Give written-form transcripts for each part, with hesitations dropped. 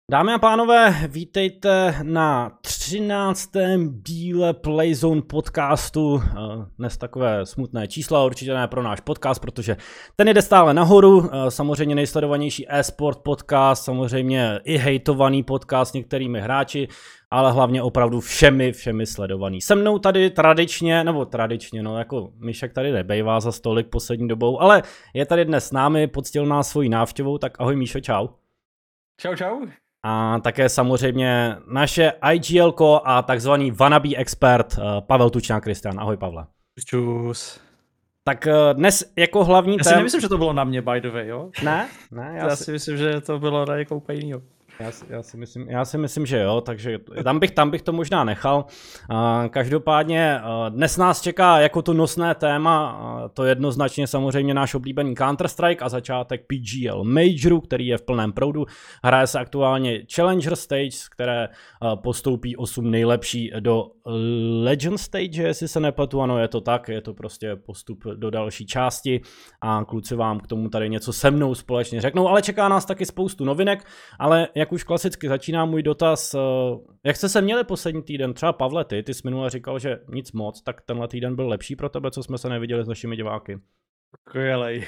Dámy a pánové, vítejte na 13. díle Playzone podcastu. Dnes takové smutné čísla, určitě ne pro náš podcast, protože ten jde stále nahoru. Samozřejmě nejsledovanější e-sport podcast, samozřejmě i hejtovaný podcast některými hráči, ale hlavně opravdu všemi sledovaný. Se mnou tady tradičně, jako Myšek tady nebejvá za stolik poslední dobou, ale je tady dnes s námi, poctil nás svojí návštěvou, tak ahoj Míšo, čau. Čau. A také samozřejmě naše IGL-ko a takzvaný wannabe expert Pavel Tučňák Kristian. Ahoj Pavle. Čus. Tak dnes jako hlavní téma... Já si nemyslím, že to bylo na mě, by the way, jo? Ne, já si myslím, že to bylo na někoho úplně jinýho. Já si myslím, že jo, takže tam bych to možná nechal. Každopádně dnes nás čeká jako to nosné téma, to jednoznačně samozřejmě náš oblíbený Counter-Strike a začátek PGL Majoru, který je v plném proudu. Hraje se aktuálně Challenger Stage, z které postoupí 8 nejlepší do Legend Stage, jestli se nepletu, ano, je to tak, je to prostě postup do další části a kluci vám k tomu tady něco se mnou společně řeknou, ale čeká nás taky spoustu novinek, ale jak už klasicky začíná můj dotaz, jak jste se měli poslední týden? Třeba Pavle, ty jsi minule říkal, že nic moc, tak tenhle týden byl lepší pro tebe, co jsme se neviděli s našimi diváky. Skvělej.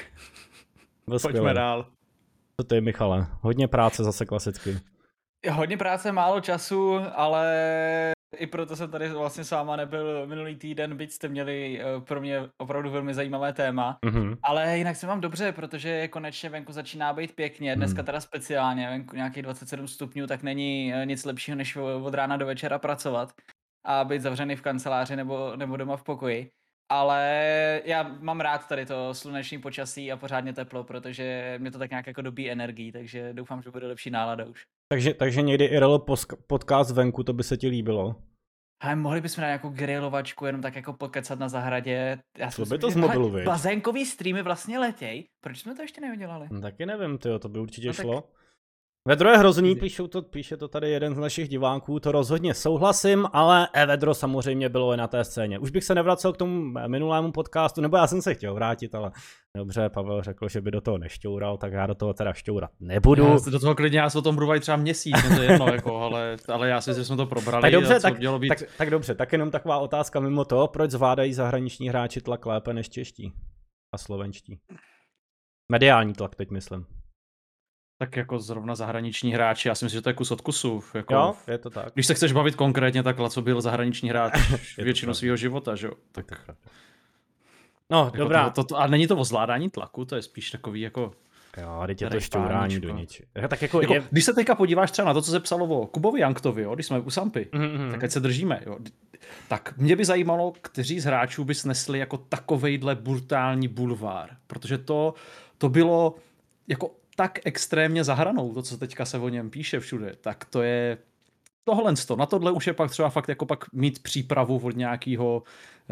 Pojďme dál. Co ty, Michale? Hodně práce zase klasicky. Hodně práce, málo času, ale i proto jsem tady vlastně s váma nebyl minulý týden, byť jste měli pro mě opravdu velmi zajímavé téma. Mm-hmm. Ale jinak se mám dobře, protože konečně venku začíná být pěkně, dneska teda speciálně, venku nějakých 27 stupňů, tak není nic lepšího, než od rána do večera pracovat a být zavřený v kanceláři nebo doma v pokoji. Ale já mám rád tady to sluneční počasí a pořádně teplo, protože mě to tak nějak jako dobíjí energii, takže doufám, že bude lepší nálada už. Takže někdy IRL podcast venku, to by se ti líbilo? Ale mohli bychom na nějakou grilovačku, jenom tak jako pokecat na zahradě. Co by to z mobilu, viď? Bazénkový streamy vlastně letěj. Proč jsme to ještě neudělali? Taky nevím, tyjo, to by určitě šlo. Vedro je hrozný, píše to tady jeden z našich diváků, to rozhodně souhlasím, ale Vedro samozřejmě bylo i na té scéně. Už bych se nevracel k tomu minulému podcastu, nebo já jsem se chtěl vrátit, ale dobře, Pavel řekl, že by do toho nešťoural, tak já do toho teda šťourat nebudu. Já do toho klidně, já se o tom budu třeba měsíc, to je jedno, jako, ale já si, že jsme to probrali. Tak dobře, tak dobře, tak jenom taková otázka mimo to, proč zvládají zahraniční hráči tlak lépe než čeští a slovenští? Mediální tlak teď myslím. Tak jako zrovna zahraniční hráči, já si myslím, že to je kus od kusu. Jako, jo, je to tak. Když se chceš bavit konkrétně, tak Laco byl zahraniční hráč většinu svého života, že jo? Tak. No, jako dobrá. A není to o zvládání tlaku, to je spíš takový jako... Jo, teď je to šťourání do ničeho. Tak jako Když se teďka podíváš třeba na to, co se psalo o Kubovi Janktovi, jo, když jsme u Sampy, tak ať se držíme. Jo. Tak mě by zajímalo, kteří z hráčů by snesli jako takovejhle brutální bulvár, protože to bylo jako tak extrémně za hranou, to, co teďka se o něm píše všude, tak to je na tohle už je pak třeba fakt jako pak mít přípravu od nějakého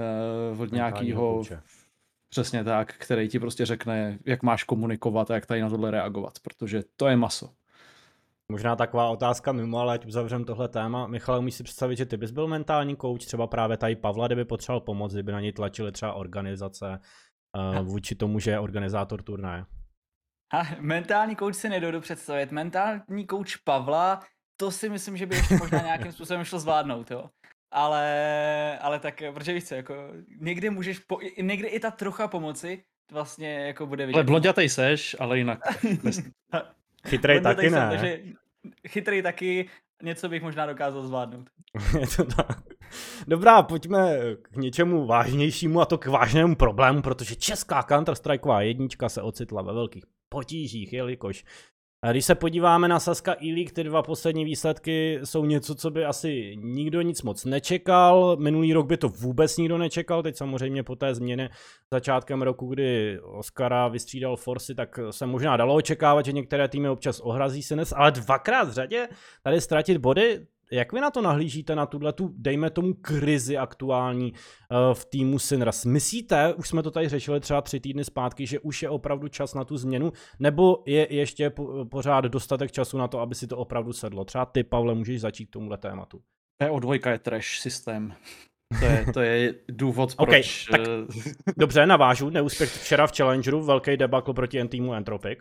přesně tak, který ti prostě řekne, jak máš komunikovat a jak tady na tohle reagovat, protože to je maso. Možná taková otázka mimo, ale ať uzavřem tohle téma. Michal, umíš si představit, že ty bys byl mentální kouč, třeba právě tady Pavla, kdyby potřeboval pomoct, kdyby na něj tlačili třeba organizace vůči tomu, že je organizátor turnaje? Mentální kouč si nedovedu představit. Mentální kouč Pavla, to si myslím, že by ještě možná nějakým způsobem šlo zvládnout, jo. Ale tak, protože víš co, jako někdy můžeš, někdy i ta trocha pomoci vlastně jako bude vidět. Ale blondětej seš, ale jinak. Chytrej taky ne. Takže chytrej taky, něco bych možná dokázal zvládnout. Je to tak. Dobrá, pojďme k něčemu vážnějšímu a to k vážnému problému, protože česká Counter-Strikeová jednička se ocitla ve velkých potížích, jelikož když se podíváme na Sazka E-League, ty dva poslední výsledky jsou něco, co by asi nikdo nic moc nečekal. Minulý rok by to vůbec nikdo nečekal, teď samozřejmě po té změně začátkem roku, kdy Oscara vystřídal Forsy, tak se možná dalo očekávat, že některé týmy občas ohrazí Sines, ale dvakrát v řadě tady ztratit body. Jak vy na to nahlížíte, na tuhletu, dejme tomu, krizi aktuální v týmu Sinners? Myslíte, už jsme to tady řešili třeba 3 týdny zpátky, že už je opravdu čas na tu změnu, nebo je ještě pořád dostatek času na to, aby si to opravdu sedlo? Třeba ty, Pavle, můžeš začít k tomuhle tématu. PO2 je trash systém. To je důvod, proč... Okay, tak, dobře, navážu. Neúspěch včera v Challengeru, velký debakl proti týmu Entropic.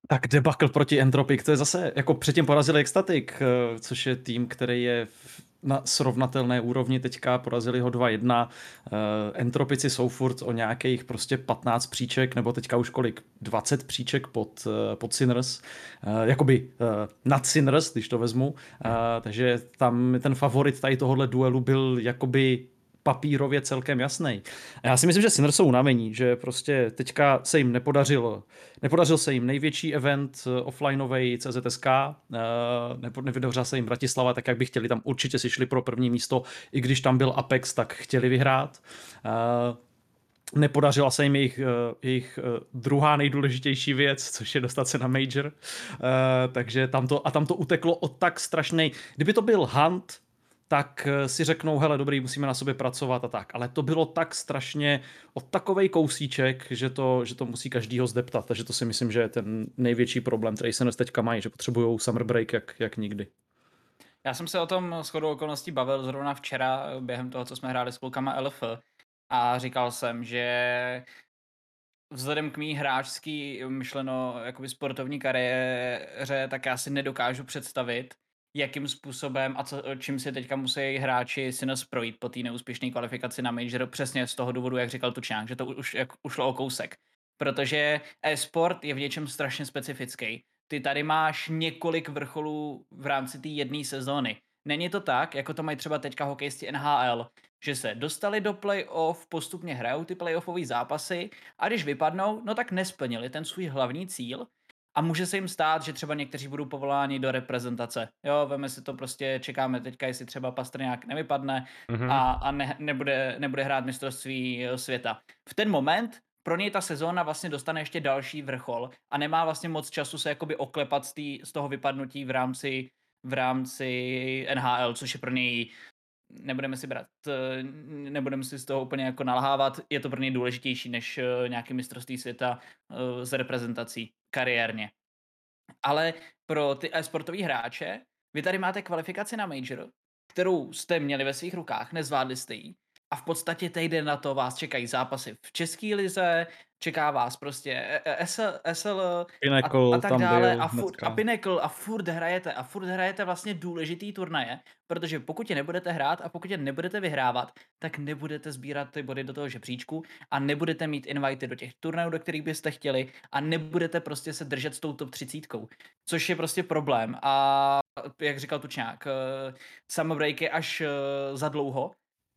Tak debakl proti Entropic, to je zase, jako předtím porazili Ecstatic, což je tým, který je na srovnatelné úrovni teďka, porazili ho 2-1. Entropici jsou furt o nějakých prostě 15 příček, nebo teďka už kolik? 20 příček pod Sinners, jakoby nad Sinners, když to vezmu. Takže tam ten favorit tady tohohle duelu byl jakoby papírově celkem jasný. A já si myslím, že Sinners jsou unavení, že prostě teďka se jim nepodařil se jim největší event offlineovej CZSK, nevydařila se jim Bratislava, tak jak by chtěli, tam určitě si šli pro první místo, i když tam byl Apex, tak chtěli vyhrát. Nepodařila se jim jejich druhá nejdůležitější věc, což je dostat se na Major. Takže tam to uteklo od tak strašnej. Kdyby to byl Hunt, tak si řeknou, hele, dobrý, musíme na sobě pracovat a tak. Ale to bylo tak strašně od takovej kousíček, že to musí každýho zdeptat. Takže to si myslím, že je ten největší problém, který se teďka mají, že potřebují summer break jak nikdy. Já jsem se o tom shodou okolností bavil zrovna včera během toho, co jsme hráli s klukama LF a říkal jsem, že vzhledem k mý hráčský myšleno jakoby sportovní kariéře, tak já si nedokážu představit, jakým způsobem a čím si teďka musí hráči Sinners projít po té neúspěšné kvalifikaci na Major, přesně z toho důvodu, jak říkal Tučňák, že to už ušlo o kousek. Protože e-sport je v něčem strašně specifický. Ty tady máš několik vrcholů v rámci té jedné sezóny. Není to tak, jako to mají třeba teďka hokejisti NHL, že se dostali do playoff, postupně hrajou ty playoffové zápasy a když vypadnou, no tak nesplnili ten svůj hlavní cíl a může se jim stát, že třeba někteří budou povoláni do reprezentace. Jo, veme si to prostě, čekáme teďka, jestli třeba Pastrňák nevypadne a nebude hrát mistrovství světa. V ten moment pro něj ta sezóna vlastně dostane ještě další vrchol a nemá vlastně moc času se jakoby oklepat z toho vypadnutí v rámci NHL, což je pro něj, nebudeme si z toho úplně jako nalhávat, je to pro něj důležitější než nějaký mistrovství světa z reprezentací kariérně. Ale pro ty e-sportový hráče, vy tady máte kvalifikaci na Major, kterou jste měli ve svých rukách, nezvládli jste ji a v podstatě týden na to vás čekají zápasy v české lize, čeká vás prostě SL a tak dále a Pinnacle a furt hrajete vlastně důležitý turnaje, protože pokud je nebudete hrát a pokud je nebudete vyhrávat, tak nebudete sbírat ty body do toho žebříčku a nebudete mít invity do těch turnajů, do kterých byste chtěli a nebudete prostě se držet s tou top 30, což je prostě problém a jak říkal Tučňák, summer break je až za dlouho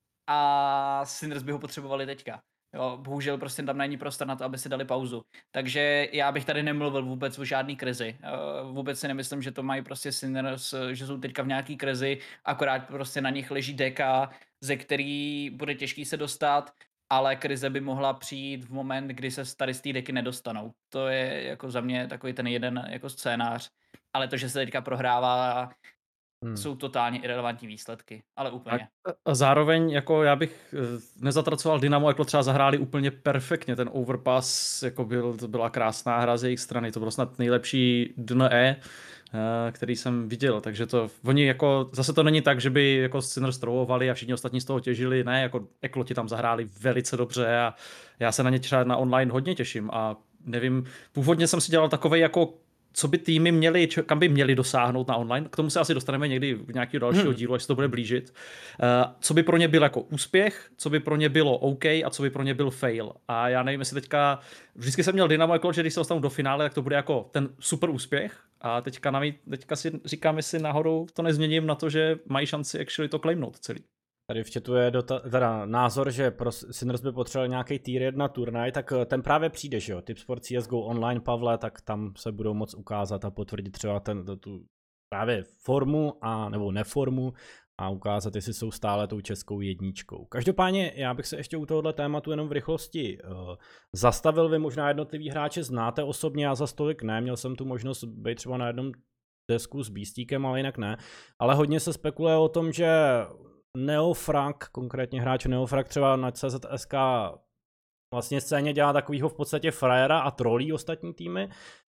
a Sinners by ho potřebovali teďka. Jo, bohužel prostě tam není prostor na to, aby si dali pauzu. Takže já bych tady nemluvil vůbec o žádný krizi. Vůbec si nemyslím, že to mají prostě Sinners, že jsou teďka v nějaký krizi, akorát prostě na nich leží deka, ze který bude těžký se dostat, ale krize by mohla přijít v moment, kdy se tady z té deky nedostanou. To je jako za mě takový ten jeden jako scénář. Ale to, že se teďka prohrává, jsou totálně irelevantní výsledky, ale úplně. A zároveň jako já bych nezatracoval Dynamo, jako třeba zahráli úplně perfektně, ten overpass, jako to byla krásná hra z jejich strany, to bylo snad nejlepší DNE, který jsem viděl, takže oni jako, zase to není tak, že by jako Sinners trollovali a všichni ostatní z toho těžili, ne, jako Ekloti tam zahráli velice dobře a já se na ně třeba na online hodně těším a nevím, původně jsem si dělal takovej jako co by týmy měli, kam by měli dosáhnout na online. K tomu se asi dostaneme někdy v nějakého dalšího dílu, až se to bude blížit. Co by pro ně byl jako úspěch, co by pro ně bylo OK a co by pro ně byl fail. A já nevím, jestli teďka, vždycky jsem měl Dynamo jako, že když se dostanu do finále, tak to bude jako ten super úspěch. A teďka si říkám, jestli náhodou to nezměním na to, že mají šanci actually to claimnout celý. Tady v chatu je názor, že pro Sinners by potřeboval nějaký tier 1 turnaj, tak ten právě přijde, že jo? Tipsport CSGO online, Pavle, tak tam se budou moc ukázat a potvrdit třeba tu právě formu nebo neformu a ukázat, jestli jsou stále tou českou jedničkou. Každopádně já bych se ještě u tohohle tématu jenom v rychlosti zastavil. Vy možná jednotlivý hráče znáte osobně, já za stolik ne, měl jsem tu možnost být třeba na jednom desku s Beastíkem, ale jinak ne. Ale hodně se spekuluje o tom, že Neofrag, konkrétně hráč Neofrag třeba na CZSK vlastně scéně dělá takovýho v podstatě frajera a trolí ostatní týmy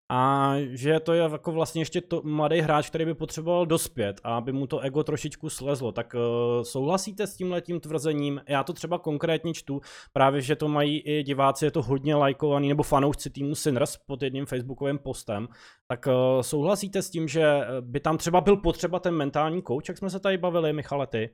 a že to je jako vlastně ještě mladý hráč, který by potřeboval dospět a aby mu to ego trošičku slezlo. Tak souhlasíte s tímhletím tvrzením? Já to třeba konkrétně čtu, právě že to mají i diváci, je to hodně lajkovaný, nebo fanoušci týmu Sinners pod jedním facebookovým postem. Tak souhlasíte s tím, že by tam třeba byl potřeba ten mentální coach, jak jsme se tady bavili, Michale, ty?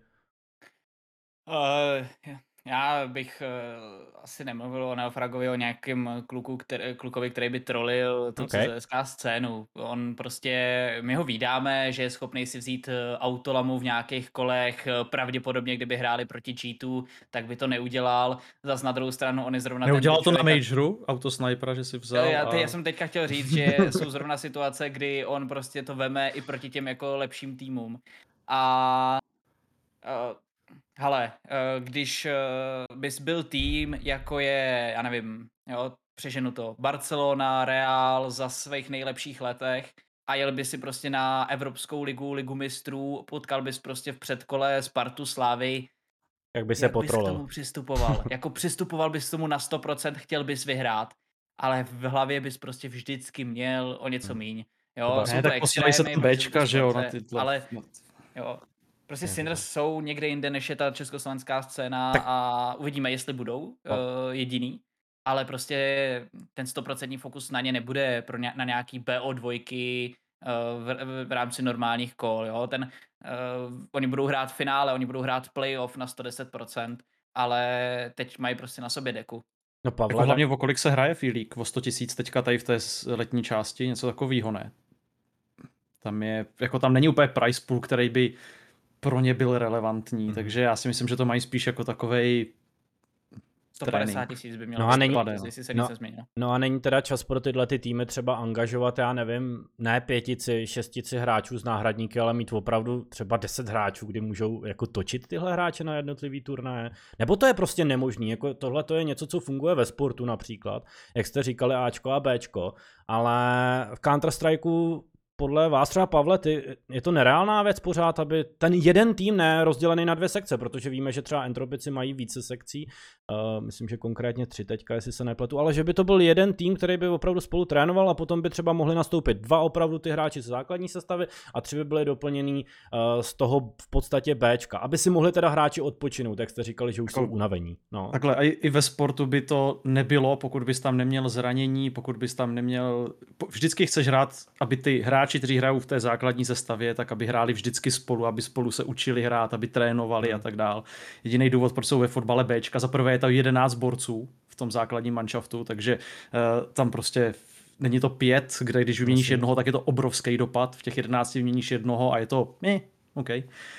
Já bych asi nemluvil o Neofragovi, o nějakém klukovi, který by trolil tu CSK scénu. On prostě, my ho vídáme, že je schopný si vzít autolamu v nějakých kolech, pravděpodobně kdyby hráli proti cheatu, tak by to neudělal. Zas na druhou stranu on je zrovna neudělal to na Majoru, autosnipera, že si vzal. Já jsem teďka chtěl říct, že jsou zrovna situace, kdy on prostě to veme i proti těm jako lepším týmům. Hele, když bys byl tým, jako je, já nevím, jo, přeženu to, Barcelona, Real za svých nejlepších letech a jel by si prostě na Evropskou ligu mistrů, potkal bys prostě v předkole Spartu, Slavii, jak by se potrolil. Jak bys k tomu přistupoval? Jako přistupoval bys k tomu na 100%, chtěl bys vyhrát, ale v hlavě bys prostě vždycky měl o něco míň. Jo, ne, tak posílají se tam Bčka, že jo, na tyhle. Ale jo, prostě Sinners jsou někde jinde, než je ta československá scéna a uvidíme, jestli budou jediný, ale prostě ten 100% fokus na ně nebude na nějaký BO2 v rámci normálních kol, jo, oni budou hrát finále, oni budou hrát playoff na 110%, ale teď mají prostě na sobě deku. No Pavle, jako hlavně o kolik se hraje Filík? O 100 000 teďka tady v té letní části, něco takového, ne? Tam není úplně price pool, který by pro ně byl relevantní, takže já si myslím, že to mají spíš jako takovej 150 000 by mělo jestli se nic nezměnilo. No a není teda čas pro tyhle ty týmy třeba angažovat, já nevím, ne 5, 6 hráčů z náhradníky, ale mít opravdu třeba 10 hráčů, kdy můžou jako točit tyhle hráče na jednotlivý turnaje? Nebo to je prostě nemožný, jako tohle to je něco, co funguje ve sportu například, jak jste říkali Ačko a Bčko, ale v Counter-Strikeu podle vás třeba, Pavle, je to nereálná věc pořád, aby ten jeden tým rozdělený na 2 sekce, protože víme, že třeba Entropici mají více sekcí, myslím, že konkrétně 3 teďka, jestli se nepletu, ale že by to byl jeden tým, který by opravdu spolu trénoval a potom by třeba mohli nastoupit 2 opravdu ty hráči ze základní sestavy a 3 by byly doplněný z toho v podstatě Bčka, aby si mohli teda hráči odpočinout, jak jste říkali, že už jsou unavení. No. Takhle, i ve sportu by to nebylo, pokud bys tam neměl zranění, pokud bys tam neměl... Vždycky chceš hrát, aby ty hráči, kteří hrajou v té základní sestavě, tak aby hráli vždycky spolu, aby spolu se učili hrát, aby trénovali a tak dál. Jediný důvod, proč jsou ve fotbale Bčka, za prvé je tam 11 borců v tom základním manšaftu, takže tam prostě není to 5, kde když vyměníš jednoho, tak je to obrovský dopad, v těch 11 vyměníš jednoho a je to OK.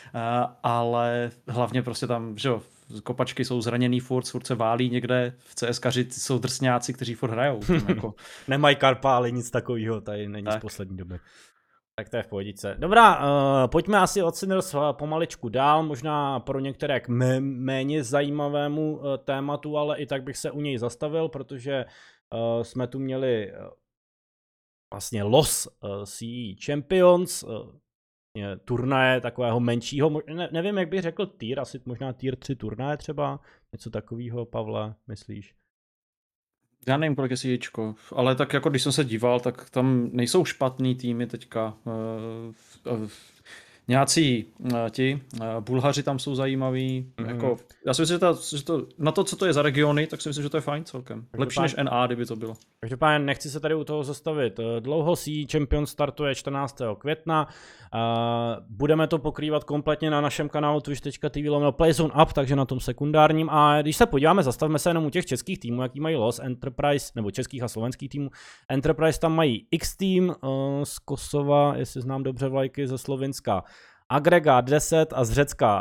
Ale hlavně prostě tam, že jo, kopačky jsou zraněný furt se válí někde, v CSkaři jsou drsňáci, kteří furt hrajou. Jako... Nemají karpály, nic takového tady není z poslední doby. Tak to je v pohodice. Dobrá, pojďme asi od Sinners pomaličku dál, možná pro některé k méně zajímavému tématu, ale i tak bych se u něj zastavil, protože jsme tu měli vlastně los CE Champions, turnaje takového menšího, nevím, jak bych řekl tier, asi možná tier 3 turnaje třeba, něco takového, Pavle, myslíš? Já nevím, kolik je CEčko, ale tak jako když jsem se díval, tak tam nejsou špatný týmy teďka. Nějací ti Bulhaři tam jsou zajímaví. Jako, já si myslím, že to, na to, co to je za regiony, tak si myslím, že to je fajn celkem. Lepší než NA, kdyby to bylo. Každopádně nechci se tady u toho zastavit dlouho. CE Champion startuje 14. května. Budeme to pokrývat kompletně na našem kanálu twitch.tv/playzone up, takže na tom sekundárním. A když se podíváme, zastavme se jenom u těch českých týmů, jaký mají los, Enterprise, nebo českých a slovenských týmů. Enterprise tam mají X-Team z Kosova, jestli znám dobře vlajky, ze Slovinska Agregat 10 a z Řecka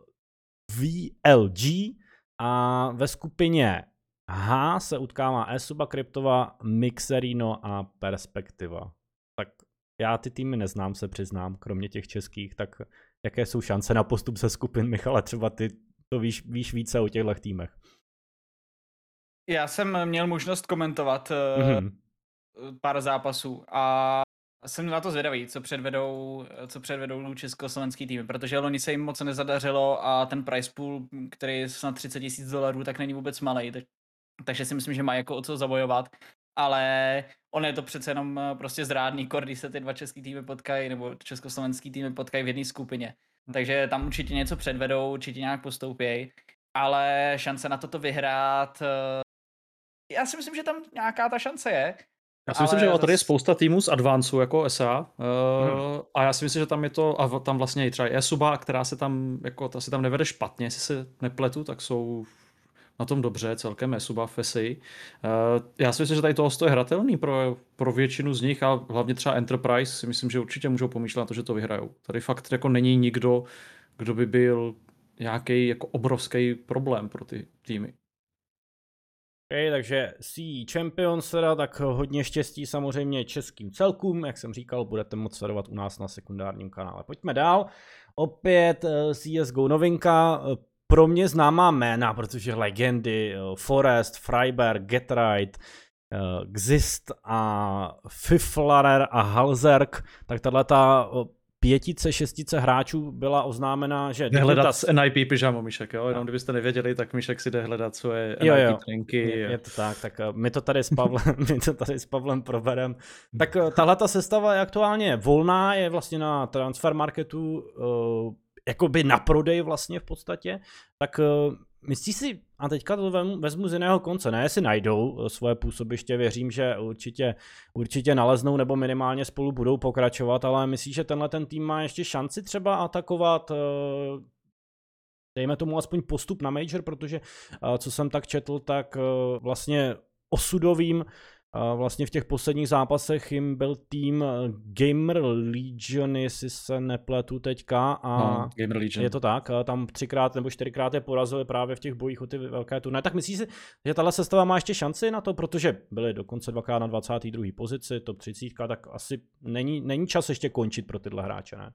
VLG. A ve skupině H se utkává eSuba, Kryptova, Mixerino a Perspektiva. Tak já ty týmy neznám, se přiznám, kromě těch českých, tak jaké jsou šance na postup ze skupin, Michale, třeba ty to víš více o těchto týmech. Já jsem měl možnost komentovat pár zápasů a jsem na to zvědavý, co předvedou československý týmy, protože loni se jim moc nezadařilo a ten price pool, který je snad $30,000, tak není vůbec malej, takže si myslím, že má jako o co zabojovat ale on je to přece jenom prostě zrádný kor, když se ty dva český týmy potkají, nebo československý týmy potkají v jedné skupině. Takže tam určitě něco předvedou, určitě nějak postoupějí, ale šance na toto vyhrát, já si myslím, že tam nějaká ta šance je. Já si myslím, že tady je spousta týmů z Advanceu jako SA a já si myslím, že tam je to, a tam vlastně i třeba Esuba, která se tam, jako, ta se tam nevede špatně, jestli se nepletu, tak jsou na tom dobře, celkem Esuba, FSI. Já si myslím, že tady toho je hratelný pro většinu z nich a hlavně třeba Enterprise si myslím, že určitě můžou pomýšlet na to, že to vyhrajou. Tady fakt jako není nikdo, kdo by byl nějaký jako obrovský problém pro ty týmy. Okay, takže CE Champions teda, tak hodně štěstí samozřejmě českým celkům, jak jsem říkal, budete moct sledovat u nás na sekundárním kanále. Pojďme dál, opět CSGO novinka, pro mě známá jména, protože legendy Forest, Freiberg, Getright, Xist a Fiflarer a Halzerk, tak tato 5-6 hráčů byla oznámena, že... Jde hledat NIP pyžamo, Míšek, jo? Jenom kdybyste nevěděli, tak Míšek si jde hledat svoje NIP trenky. Je to tak my to tady s Pavlem proberem. Tak tahleta sestava je aktuálně volná, je vlastně na transfer marketu, jakoby na prodej vlastně v podstatě, tak myslíš si, a teďka to vezmu z jiného konce, ne, jestli najdou svoje působiště, věřím, že určitě naleznou nebo minimálně spolu budou pokračovat, ale myslíš, že tenhle ten tým má ještě šanci třeba atakovat, dejme tomu aspoň postup na Major, protože co jsem tak četl, tak vlastně osudovým vlastně v těch posledních zápasech jim byl tým Gamer Legion, jestli se nepletu teďka, a Gamer Legion. Je to tak, tam 3x nebo 4x je porazili právě v těch bojích o ty velké turnaje. Tak myslíš si, že tahle sestava má ještě šanci na to, protože byli dokonce 2x na 22. pozici, top 30, tak asi není čas ještě končit pro tyhle hráče, ne?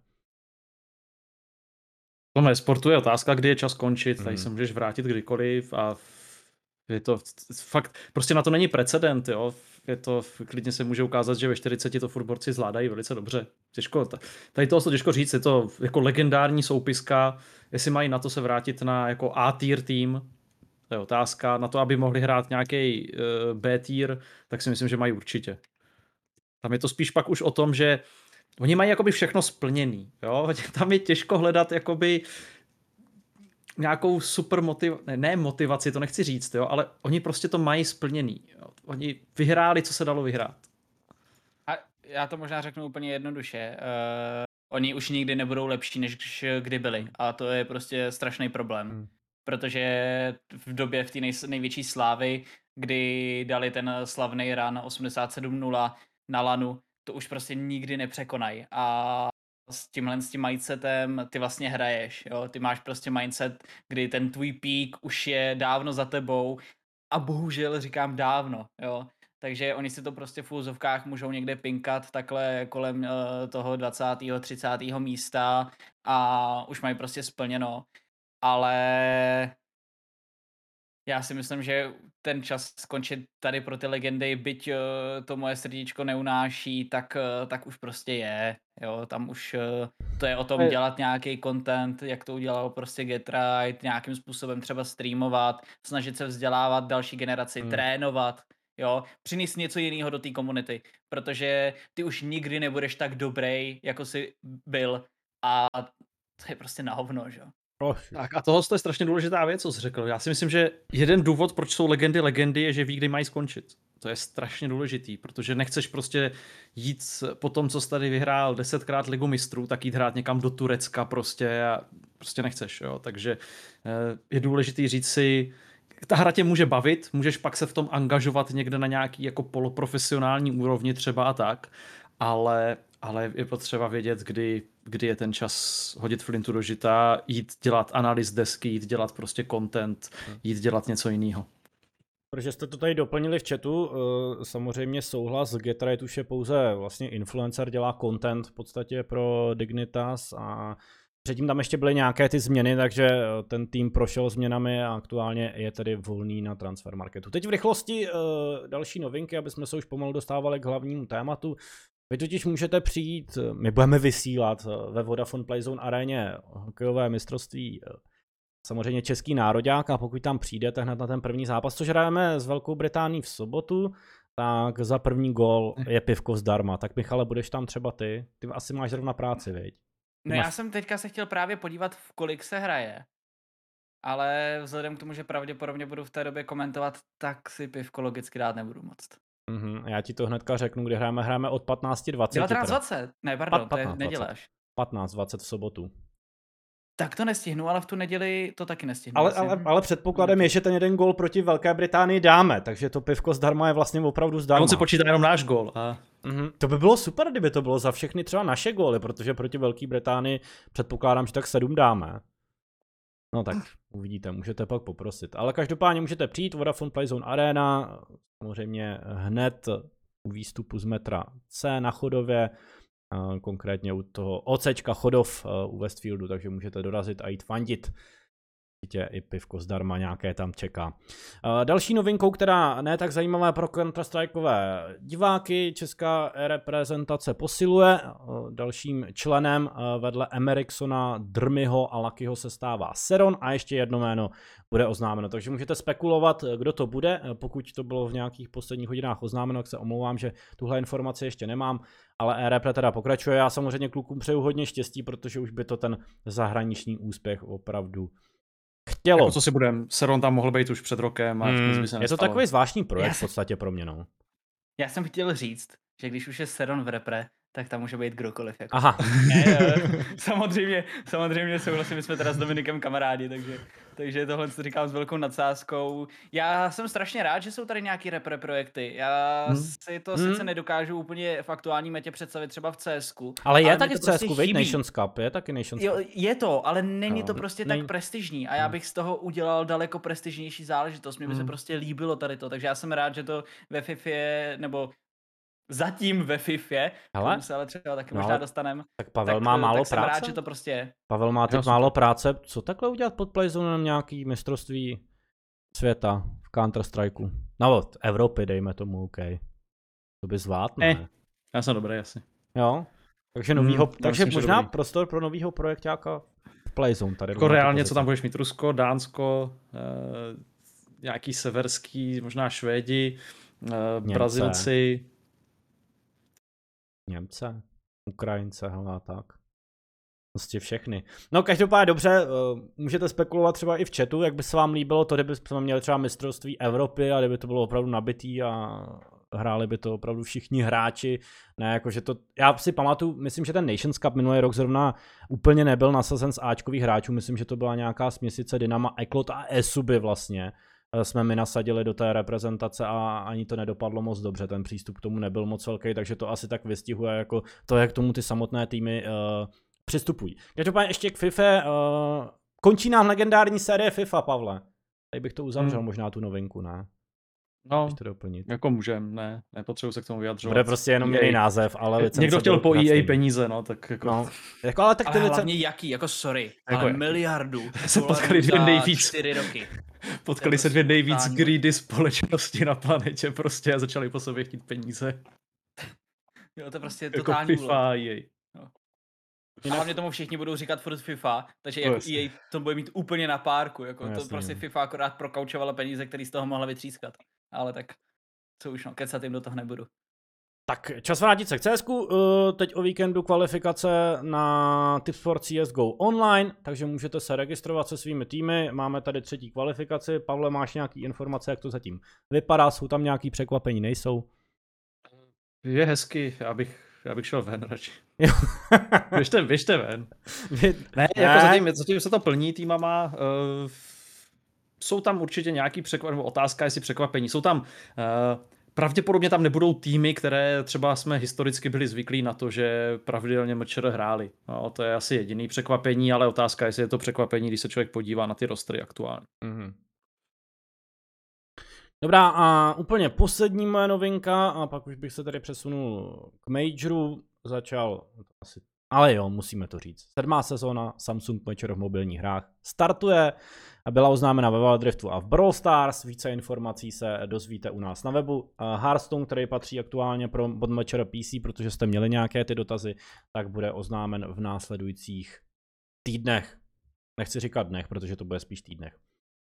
Tohle sportu je otázka, kdy je čas končit, tady se můžeš vrátit kdykoliv a je to fakt, prostě na to není precedent, jo. Je to, klidně se může ukázat, že ve 40 to furt borci zvládají velice dobře. Těžko, tady toho těžko říct, je to jako legendární soupiska, jestli mají na to se vrátit na jako A-tier tým, to je otázka, na to, aby mohli hrát nějaký B-tier, tak si myslím, že mají určitě. Tam je to spíš pak už o tom, že oni mají jakoby všechno splněný, jo. Tam je těžko hledat jakoby nějakou super motivaci, to nechci říct, jo, ale oni prostě to mají splněný. Jo. Oni vyhráli, co se dalo vyhrát. A já to možná řeknu úplně jednoduše. Oni už nikdy nebudou lepší, než kdy byli. A to je prostě strašný problém. Protože v době v té největší slávy, kdy dali ten slavný run 87-0 na LANu, to už prostě nikdy nepřekonají. A s tím mindsetem ty vlastně hraješ, jo? Ty máš prostě mindset, kdy ten tvůj pík už je dávno za tebou a bohužel říkám dávno, jo? Takže oni si to prostě v úzovkách můžou někde pinkat takhle kolem toho 20. 30. místa a už mají prostě splněno, ale já si myslím, že ten čas skončit tady pro ty legendy, byť to moje srdíčko neunáší, tak už prostě je. Jo, tam už to je o tom dělat nějaký content, jak to udělal prostě Getright, nějakým způsobem třeba streamovat, snažit se vzdělávat další generaci, trénovat, jo, přinést něco jiného do té komunity, protože ty už nikdy nebudeš tak dobrý, jako jsi byl, a to je prostě na hovno, že jo. Tak a tohle je strašně důležitá věc, co jsi řekl. Já si myslím, že jeden důvod, proč jsou legendy, je, že ví, kdy mají skončit. To je strašně důležitý, protože nechceš prostě jít po tom, co jsi tady vyhrál 10krát Ligu mistrů, tak jít hrát někam do Turecka prostě a prostě nechceš, jo. Takže je důležitý říct si, ta hra tě může bavit, můžeš pak se v tom angažovat někde na nějaký jako poloprofesionální úrovni třeba a tak, ale je potřeba vědět, kdy je ten čas hodit flintu do žita, jít dělat analýz desky, jít dělat prostě content, jít dělat něco jiného. Protože jste to tady doplnili v chatu, samozřejmě souhlas, Getright už je pouze vlastně influencer, dělá content v podstatě pro Dignitas a předtím tam ještě byly nějaké ty změny, takže ten tým prošel změnami a aktuálně je tedy volný na transfer marketu. Teď v rychlosti další novinky, aby jsme se už pomalu dostávali k hlavnímu tématu. Vy totiž můžete přijít, my budeme vysílat ve Vodafone Playzone aréně hokejové mistrovství, samozřejmě český nároďák, a pokud tam přijdete hned na ten první zápas, což hrajeme s Velkou Británií v sobotu, tak za první gól je pivko zdarma. Tak Michale, budeš tam třeba ty? Ty asi máš zrovna práci, viď? No já jsem teďka se chtěl právě podívat, v kolik se hraje. Ale vzhledem k tomu, že pravděpodobně budu v té době komentovat, tak si pivko logicky dát nebudu moc. Já ti to hnedka řeknu, kdy hrajeme od 15:20. 19:20, ne, pardon, to je neděle až. 15:20 v sobotu. Tak to nestihnu, ale v tu neděli to taky nestihnu. Ale předpokladem je, že ten jeden gól proti Velké Británii dáme, takže to pivko zdarma je vlastně opravdu zdarma. On se počítá jenom náš gól. To by bylo super, kdyby to bylo za všechny třeba naše góly, protože proti Velké Británii předpokládám, že tak 7 dáme. No tak uvidíte, můžete pak poprosit. Ale každopádně můžete přijít, Vodafone Playzone Arena, samozřejmě hned u výstupu z metra C na Chodově, konkrétně u toho OCčka Chodov u Westfieldu, takže můžete dorazit a jít fandit. Určitě i pivko zdarma nějaké tam čeká. Další novinkou, která ne tak zajímavá pro Counter-Strikeové diváky, česká reprezentace posiluje. Dalším členem vedle Emeriksona, Drmiho a Luckyho se stává Seron a ještě jedno jméno bude oznámeno. Takže můžete spekulovat, kdo to bude. Pokud to bylo v nějakých posledních hodinách oznámeno, tak se omlouvám, že tuhle informaci ještě nemám, ale repre teda pokračuje. Já samozřejmě klukům přeju hodně štěstí, protože už by to ten zahraniční úspěch opravdu chtělo. Jako co si budem, Seron tam mohl být už před rokem a nic by se je nestalo. to takový zvláštní projekt v podstatě pro mě, no. Já jsem chtěl říct, že když už je Seron v repre, tak tam může být kdokoliv. Jako. Aha. Samozřejmě souhlasím, my jsme teda s Dominikem kamarádi, takže tohle to říkám s velkou nadsázkou. Já jsem strašně rád, že jsou tady nějaký repre projekty. Já si to sice nedokážu úplně v aktuální metě představit třeba v CSku. Ale je taky v CSku, veď Nations Cup, je taky Nations Cup. Jo, je to, ale není to prostě tak prestižní a já bych z toho udělal daleko prestižnější záležitost. Mně by se prostě líbilo tady to, takže já jsem rád, že to ve FIFA nebo zatím ve FIFA, tomu se ale třeba taky možná dostaneme. Tak Pavel má málo tak práce. Jsem rád, že to prostě je. Pavel má teď málo práce. Co takhle udělat pod Playzonem nějaký mistrovství světa v Counter-Strikeu? No od Evropy, dejme tomu, OK. To by zvlád, ne? Já jsem dobrý asi. Jo? Takže takže myslím, možná prostor pro novýho projektáka v Playzone tady. Jako reálně, co tam budeš mít? Rusko, Dánsko, nějaký severský, možná Švédi, Brazilci. Němce, Ukrajince, a tak. Prostě všechny. No každopádně dobře, můžete spekulovat třeba i v chatu, jak by se vám líbilo to, kdyby jsme měli třeba mistrovství Evropy a kdyby to bylo opravdu nabitý a hráli by to opravdu všichni hráči. Ne, jakože to, já si pamatuju, myslím, že ten Nations Cup minulý rok zrovna úplně nebyl nasazen z Ačkových hráčů, myslím, že to byla nějaká směsice Dynama, Eklot a Esuby vlastně. Jsme my nasadili do té reprezentace a ani to nedopadlo moc dobře, ten přístup k tomu nebyl moc velký, takže to asi tak vystihuje jako to, jak tomu ty samotné týmy přistupují. Každopádně ještě k FIFA, končí nám legendární série FIFA, Pavle. Tady bych to uzavřel možná tu novinku, ne? No, to doplnit. jako můžem, nepotřebuji se k tomu vyjadřovat. Bude prostě jenom jiný název, ale někdo chtěl po EA peníze, no, tak jako... No, jako ale tak ty hlavně jaký, jako sorry, jako ale miliardu. Se potkali dvě nejvíc. 4 roky. Potkali se dvě nejvíc greedy společnosti na planetě prostě a začali po sobě chtít peníze. Jo, to prostě jako totální FIFA a EA. No. Hlavně tomu všichni budou říkat furt FIFA, takže jako EA to bude mít úplně na párku, jako to prostě FIFA akorát prokaučovala peníze, které z toho mohla vytřískat. Ale tak, co už no, kecat jim do toho nebudu. Tak čas vrátit se k CSku, teď o víkendu kvalifikace na Tips for CSGO online, takže můžete se registrovat se svými týmy, máme tady 3. kvalifikaci. Pavle, máš nějaký informace, jak to zatím vypadá, jsou tam nějaký překvapení, nejsou? Je hezky, abych šel ven radši. Běžte ven. Ne, jako zatím se to plní týmama, jsou tam určitě nějaký překvapení, otázka jestli překvapení, jsou tam... Pravděpodobně tam nebudou týmy, které třeba jsme historicky byli zvyklí na to, že pravidelně MČR hráli. No, to je asi jediný překvapení, ale otázka je, jestli je to překvapení, když se člověk podívá na ty rostry aktuálně. Dobrá, a úplně poslední moje novinka, a pak už bych se tady přesunul k Majoru, začal asi... Ale jo, musíme to říct. 7. sezóna Samsung Major v mobilních hrách startuje a byla oznámena ve Wild Riftu a v Brawl Stars. Více informací se dozvíte u nás na webu. Hearthstone, který patří aktuálně pod Major PC, protože jste měli nějaké ty dotazy, tak bude oznámen v následujících týdnech. Nechci říkat dnech, protože to bude spíš týdnech.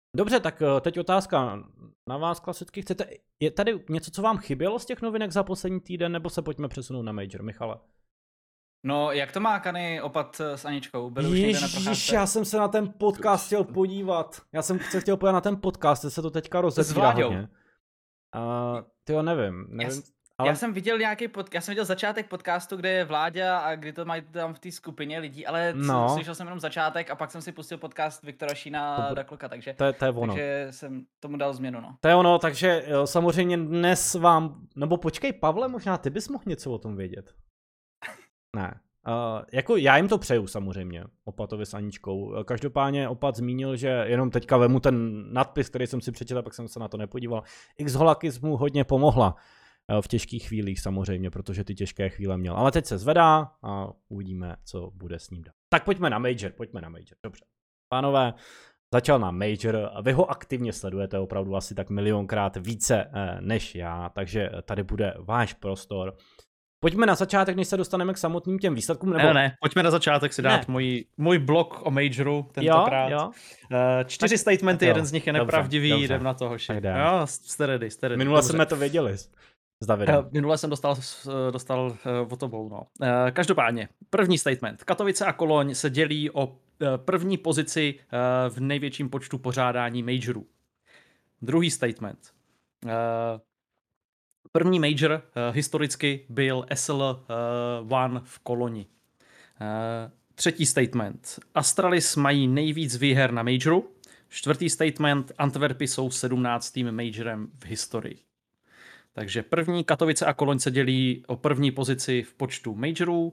Dobře, tak teď otázka na vás klasicky. Je tady něco, co vám chybělo z těch novinek za poslední týden, nebo se pojďme přesunout na Major, Michale? No, jak to má Kany opat s Aničkou? Ježiš, já jsem se na ten podcast chtěl podívat. Já jsem se chtěl podívat na ten podcast, se to teďka rozebírá hodně. Tyjo, nevím. Ale... Já jsem viděl začátek podcastu, kde je Vláďa a kdy to mají tam v té skupině lidí, ale slyšel jsem jenom začátek a pak jsem si pustil podcast Viktora Šína a Dakloka, takže to je ono. Takže jsem tomu dal změnu, no. To je ono, takže samozřejmě dnes vám, nebo počkej, Pavle, možná ty bys mohl něco o tom vědět. Ne. Jako já jim to přeju samozřejmě, Opatovi s Aničkou. Každopádně Opat zmínil, že jenom teďka vemu ten nadpis, který jsem si přečetl, pak jsem se na to nepodíval. X-Holakis mu hodně pomohla v těžkých chvílích samozřejmě, protože ty těžké chvíle měl. Ale teď se zvedá a uvidíme, co bude s ním dál. Tak pojďme na Major. Dobře. Pánové, začal na Major a vy ho aktivně sledujete opravdu asi tak milionkrát více než já, takže tady bude váš prostor. Pojďme na začátek, než se dostaneme k samotným těm výsledkům. Nebo... Ne, pojďme na začátek si dát můj blog o Majoru tentokrát. Jo. 4 statementy, jeden z nich je nepravdivý, jdem na toho. Jo, jste ready. Minule jsme to věděli. Minule jsem dostal o tobou. No. Každopádně, první statement. Katovice a Koloň se dělí o první pozici v největším počtu pořádání Majorů. Druhý statement. První Major historicky byl SL1 v Koloni. Třetí statement. Astralis mají nejvíc výher na Majoru. Čtvrtý statement. Antwerpy jsou 17. Majorem v historii. Takže první Katovice a Koloň se dělí o první pozici v počtu majorů,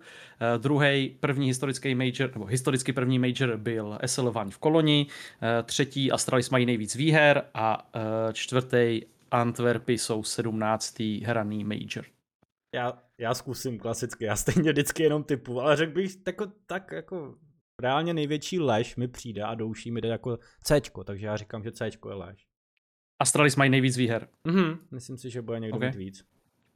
historicky první major byl SL1 v Koloni, třetí Astralis mají nejvíc výher a čtvrtý Antwerpy jsou 17. hraný major. Já zkusím klasicky, já stejně vždycky jenom typu, ale řekl bych tak jako reálně největší lež mi přijde a douší mi jde jako Cčko, takže já říkám, že Cčko je lež. Astralis mají nejvíc výher. Myslím si, že bude někdo mít víc.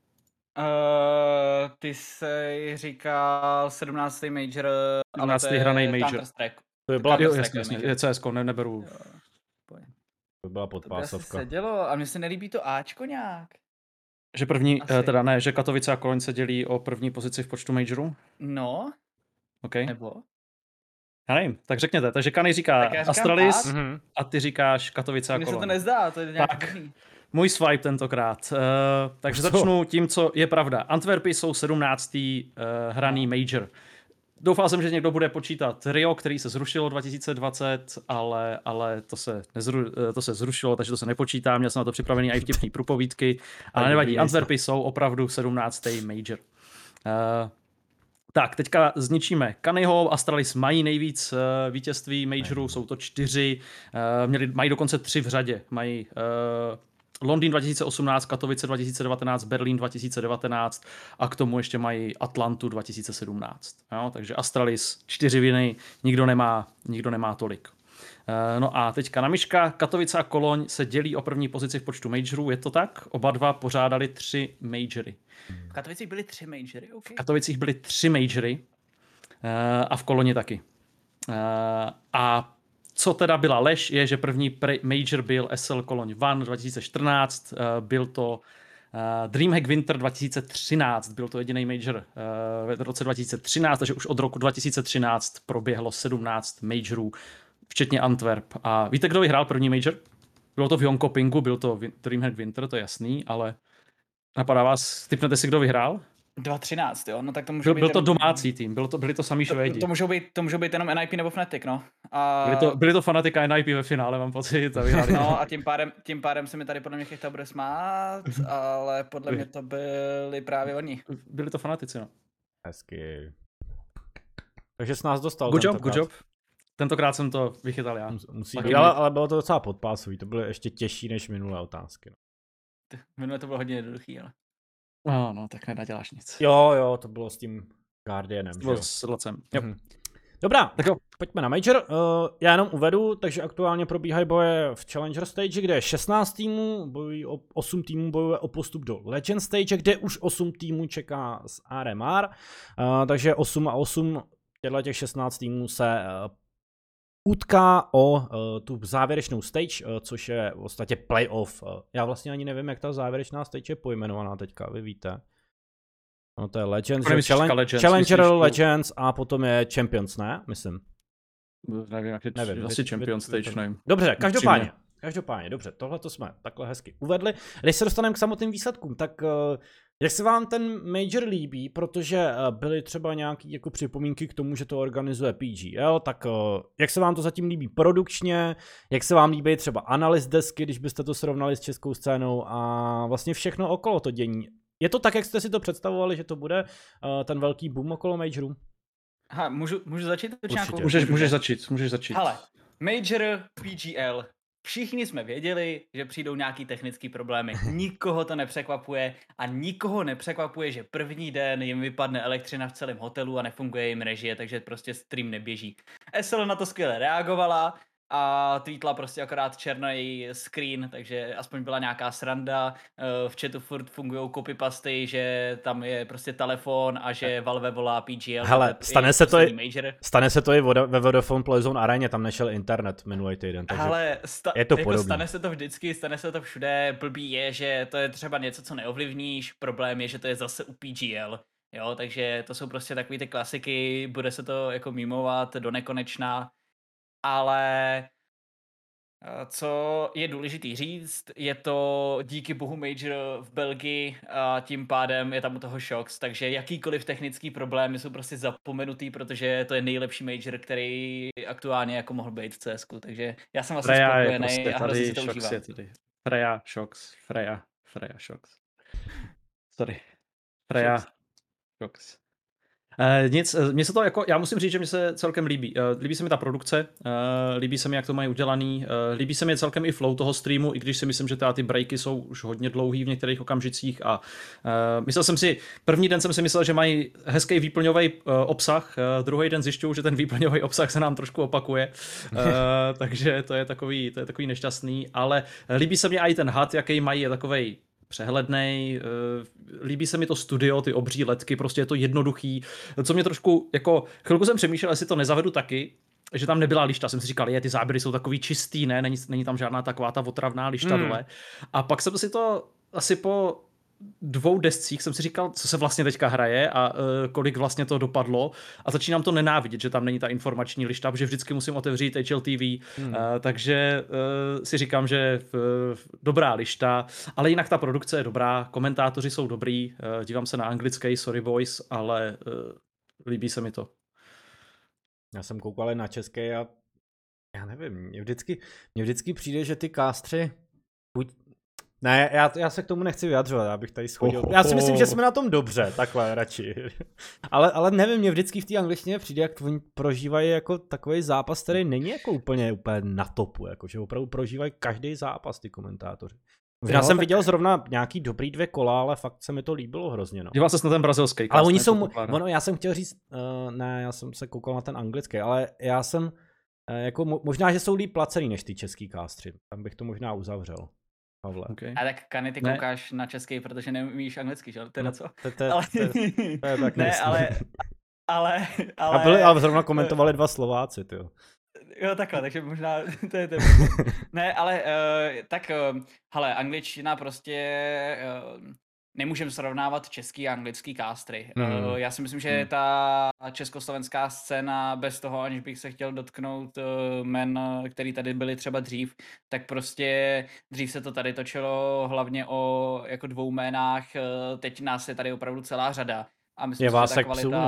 Ty jsi říkal 17. major, 17. hraný major. To by byla je CSko, neberu. To by byla podpásovka. To by se dělo a mně se nelíbí to Ačko nějak. Že že Katovice a Koloň se dělí o první pozici v počtu majorů? No. Okay. Nebo? Já nevím, tak řekněte. Takže Kany říká Astralis a ty říkáš Katovice a Koloň. Mně se to nezdá, to je nějaký divný. Můj swipe tentokrát. Takže začnu tím, co je pravda. Antwerpy jsou 17. hraný major. Doufal jsem, že někdo bude počítat Rio, který se zrušilo 2020, ale to se zrušilo, takže to se nepočítá. Měl jsem na to připravený i vtipný průpovídky, ale nevadí. Antwerpy jsou opravdu 17. major. Tak, teďka zničíme Kanyho. Astralis mají nejvíc vítězství majorů, jsou to 4. Mají dokonce 3 v řadě. Mají Londýn 2018, Katovice 2019, Berlín 2019 a k tomu ještě mají Atlantu 2017. Jo, takže Astralis 4 viny, nikdo nemá tolik. No a teďka na myška. Katovice a Koloň se dělí o první pozici v počtu majorů, je to tak? Oba dva pořádali 3 majory. V Katovicích byly 3 majory, okay. V Katovicích byly 3 majory a v Koloni taky. A co teda byla lež, je, že první major byl SL Koloň One 2014, byl to Dreamhack Winter 2013, byl to jediný major v roce 2013, takže už od roku 2013 proběhlo 17 majorů, včetně Antwerp. A víte, kdo vyhrál první major? Bylo to v Jönköpingu, byl to Dreamhack Winter, to je jasný, ale napadá vás, tipnete si, kdo vyhrál? 2013, jo, no tak to může být... Byl to domácí tým, byli to samý Švédi. To můžou být jenom NIP nebo Fnatic, no. Byli to Fnatic a NIP ve finále, mám pocit. No a tím pádem se mi tady podle mě Chechta bude smát, ale podle mě to byli právě oni. Byli to Fanatici, no. Hezky. Takže jsi nás dostal. Good job. Tentokrát jsem to vychytal já. Musí být, ale bylo to docela podpásový, to bylo ještě těžší než minulé otázky. No. Minulé to bylo hodně jednoduchý, ale... No, tak nenaděláš nic. Jo, to bylo s tím Guardianem. S Locem. Dobrá, tak pojďme na Major. Já jenom uvedu, takže aktuálně probíhají boje v Challenger Stage, kde je 16 týmů, 8 týmů bojuje o postup do Legend Stage, kde už 8 týmů čeká z RMR, takže 8 a 8 těch 16 týmů se utká o tu závěrečnou stage, což je v podstatě playoff. Já vlastně ani nevím, jak ta závěrečná stage je pojmenovaná teďka, vy víte. No to je Legends, Challenger Legends a potom je Champions, ne? Myslím. Nevím, asi Champions stage, nevím. Dobře, každopádně, dobře, tohle to jsme takhle hezky uvedli. Když se dostaneme k samotným výsledkům, tak jak se vám ten major líbí, protože byly třeba nějaké jako připomínky k tomu, že to organizuje PGL, tak jak se vám to zatím líbí produkčně, jak se vám líbí třeba analyz desky, když byste to srovnali s českou scénou a vlastně všechno okolo to dění. Je to tak, jak jste si to představovali, že to bude ten velký boom okolo majoru? Můžu začít? Můžeš začít. Hele, major PGL. Všichni jsme věděli, že přijdou nějaký technický problémy. Nikoho to nepřekvapuje a nikoho nepřekvapuje, že první den jim vypadne elektřina v celém hotelu a nefunguje jim režie, takže prostě stream neběží. SL na to skvěle reagovala a tweetla prostě akorát černý screen, takže aspoň byla nějaká sranda. V chatu furt fungujou copypasty, že tam je prostě telefon a že Valve volá PGL. Hele, stane se to i ve Vodafone Playzone aréně, tam nešel internet minulý týden, takže hele, je to jako podobné. Stane se to vždycky, stane se to všude, blbý je, že to je třeba něco, co neovlivníš, problém je, že to je zase u PGL. Jo, takže to jsou prostě takový ty klasiky, bude se to jako mimovat do nekonečna. Ale co je důležitý říct, je to díky bohu major v Belgii a tím pádem je tam u toho Shox, takže jakýkoliv technický problémy jsou prostě zapomenutý, protože to je nejlepší major, který aktuálně jako mohl být v CSku, takže já jsem vlastně spokojený prostě a hrozně si to užívám. Freya, Shox, Shox. Sorry. Freya, Shox. Nic, mě se to jako, já musím říct, že mi se celkem líbí. Líbí se mi ta produkce, líbí se mi, jak to mají udělaný, líbí se mi celkem i flow toho streamu, i když si myslím, že ty breaky jsou už hodně dlouhý v některých okamžicích a myslel jsem si, první den jsem si myslel, že mají hezký výplňový obsah, druhý den zjišťuju, že ten výplňový obsah se nám trošku opakuje, takže to je takový nešťastný, ale líbí se mi i ten HUD, jaký mají, je takovej přehlednej, líbí se mi to studio, ty obří ledky, prostě je to jednoduchý. Co mě trošku, jako chvilku jsem přemýšlel, jestli to nezavedu taky, že tam nebyla lišta, jsem si říkal, ty záběry jsou takový čistý, ne, není tam žádná taková ta otravná lišta dole. A pak jsem si to asi po 2 descích jsem si říkal, co se vlastně teďka hraje a kolik vlastně to dopadlo a začínám to nenávidět, že tam není ta informační lišta, protože vždycky musím otevřít HLTV, takže si říkám, že dobrá lišta, ale jinak ta produkce je dobrá, komentátoři jsou dobrý, dívám se na anglický, sorry boys, ale líbí se mi to. Já jsem koukal na české a já nevím, mně vždycky přijde, že ty kástři Ne, já se k tomu nechci vyjadřovat, já bych tady schodil. Já si myslím, že jsme na tom dobře, takhle radši. ale nevím, mě vždycky v té angličtině přijde, jak oni prožívají jako takový zápas, který není jako úplně na topu, jako, že opravdu prožívají každý zápas ty komentátoři. Já jsem viděl zrovna nějaký dobrý 2 kola, ale fakt se mi to líbilo hrozně. No. Díval ses na ten brazilský. Ale oni jsou, já jsem chtěl říct, ne, já jsem se koukal na ten anglický, ale já jsem, jako možná, že jsou líp placený než ty český kástři, tam bych to možná uzavřel. Okay. A tak Kany, ty koukáš na český, protože neumíš anglicky, že? Teda co? To je tak ne, ale... A zrovna komentovali 2 Slováci, tyjo. Jo, takhle, takže možná to je Ne, ale hele, angličtina prostě... Nemůžeme srovnávat český a anglický kástry. Já si myslím, že ta československá scéna, bez toho, aniž bych se chtěl dotknout men, který tady byli třeba dřív, tak prostě dřív se to tady točilo hlavně o jako 2 jménách, teď nás je tady opravdu celá řada. A myslím, že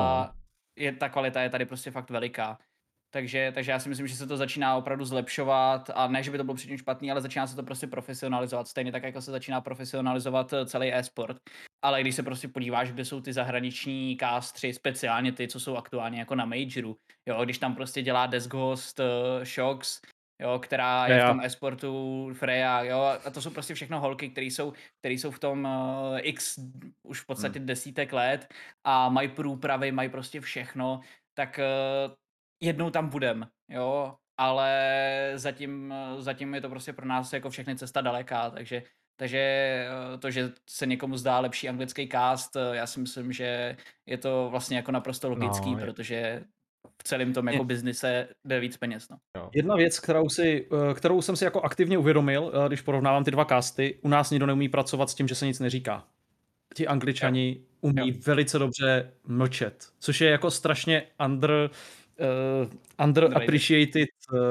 ta kvalita je tady prostě fakt veliká. Takže já si myslím, že se to začíná opravdu zlepšovat a ne, že by to bylo předtím špatný, ale začíná se to prostě profesionalizovat. Stejně tak, jako se začíná profesionalizovat celý e-sport. Ale když se prostě podíváš, kde jsou ty zahraniční kástři, speciálně ty, co jsou aktuálně jako na majoru, jo, když tam prostě dělá Deskhost, Shox, jo, která je v tom e-sportu, Freya, jo, a to jsou prostě všechno holky, které jsou v tom už v podstatě desítek let a mají průpravy, mají prostě všechno, tak jednou tam budem, jo, ale zatím je to prostě pro nás jako všechny cesta daleká, takže to, že se někomu zdá lepší anglický cast, já si myslím, že je to vlastně jako naprosto logický, protože v celém tom jako biznise jde víc peněz. No. Jedna věc, kterou jsem si jako aktivně uvědomil, když porovnávám ty dva casty, u nás nikdo neumí pracovat s tím, že se nic neříká. Ti Angličani umí velice dobře mlčet, což je jako strašně underappreciated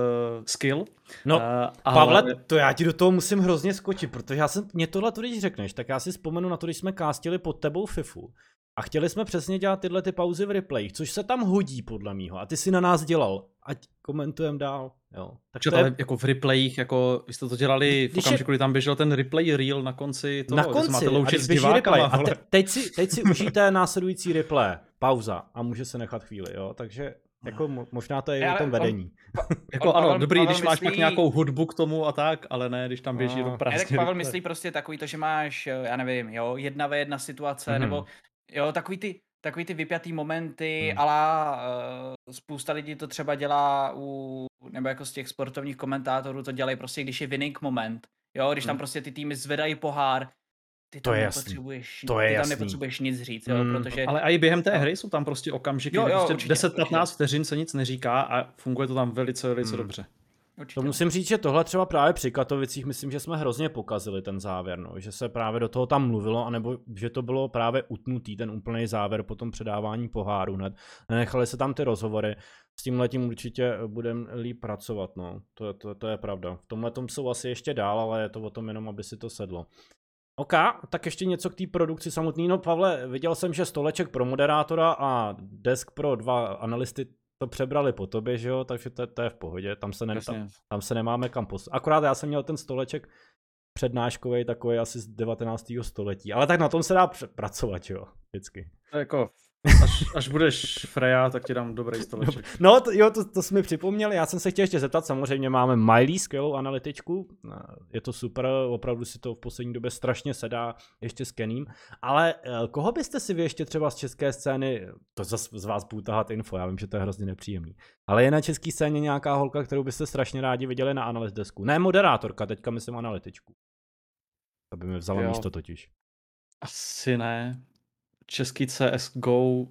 skill. No, Pavle, to já ti do toho musím hrozně skočit, protože mě tohle tu, když řekneš, tak já si vzpomenu na to, když jsme castili pod tebou FIFU a chtěli jsme přesně dělat tyhle ty pauzy v replayích, což se tam hodí podle mýho a ty si na nás dělal, ať komentujeme dál, jo. Tak to ale jako v replayích, jako vy jste to dělali v okamžiku, kdy tam běžel ten replay reel na konci toho, na konci, máte loučit s divákama. A teď si užijte následující replay, pauza a může se nechat chvíli, jo, takže jako možná to je o tom vedení. Jako ano, dobrý, když máš pak nějakou hudbu k tomu a tak, ale ne, když tam běží jenom prázdně. Tak Pavel myslí prostě takový to, že máš, já nevím, jo, 1v1 situace, nebo jo, takový ty vypjatý momenty, ala spousta lidí to třeba dělá nebo jako z těch sportovních komentátorů to dělají prostě, když je winning moment, jo, když tam prostě ty týmy zvedají pohár, ty tam nepotřebuješ nic říct, jo, protože... Ale i během té hry jsou tam prostě okamžiky, prostě 10-15 vteřin se nic neříká a funguje to tam velice, velice dobře. Určitě. To musím říct, že tohle třeba právě při Katovicích myslím, že jsme hrozně pokazili ten závěr, no. Že se právě do toho tam mluvilo, anebo že to bylo právě utnutý, ten úplný závěr po tom předávání poháru hned. Nenechali se tam ty rozhovory, s tímhletím určitě budeme líp pracovat, no. To je pravda. V tomhle tom jsou asi ještě dál, ale je to o tom jenom, aby si to sedlo. OK, tak ještě něco k té produkci samotný. No Pavle, viděl jsem, že stoleček pro moderátora a desk pro 2 analysty to přebrali po tobě, že jo, takže to je v pohodě, tam se nemáme kam posunout. Akorát já jsem měl ten stoleček přednáškovej takový asi z 19. století, ale tak na tom se dá pracovat, jo, vždycky. Jako, až budeš Freja, tak ti dám dobrý stoleček. No, to jsi mi připomněl, já jsem se chtěl ještě zeptat, samozřejmě máme Miley, skvělou analytičku, je to super, opravdu si to v poslední době strašně sedá ještě s Kenym, ale koho byste si vy ještě třeba z české scény, to zase z vás budu tahat info, já vím, že to je hrozně nepříjemný, ale je na české scéně nějaká holka, kterou byste strašně rádi viděli na analyst desku, ne moderátorka, teďka myslím analytičku, aby mi vzala místo totiž. Asi ne. Český CSGO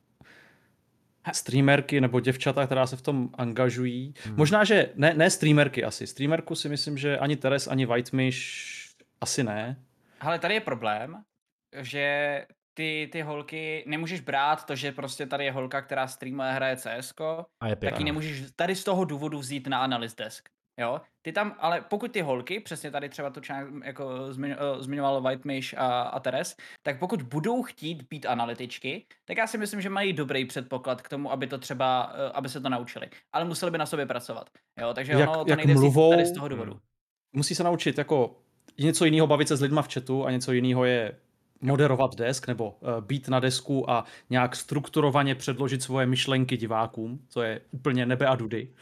streamerky nebo děvčata, která se v tom angažují. Možná, že ne streamerky asi. Streamerku si myslím, že ani Teres, ani Whitemish asi ne. Ale tady je problém, že ty holky nemůžeš brát to, že prostě tady je holka, která streamuje, hraje CSko, tak ji nemůžeš tady z toho důvodu vzít na analyst desk. Jo, ty tam, ale pokud ty holky, přesně tady třeba to jako zmiňoval Whitemish a Teres, tak pokud budou chtít být analytičky, tak já si myslím, že mají dobrý předpoklad k tomu, aby to třeba, aby se to naučili. Ale museli by na sobě pracovat. Jo, takže ono to nejde vzít tady z toho důvodu. Musí se naučit, jako něco jiného bavit se s lidma v chatu a něco jiného je moderovat desk nebo být na desku a nějak strukturovaně předložit svoje myšlenky divákům, to je úplně nebe a dudy.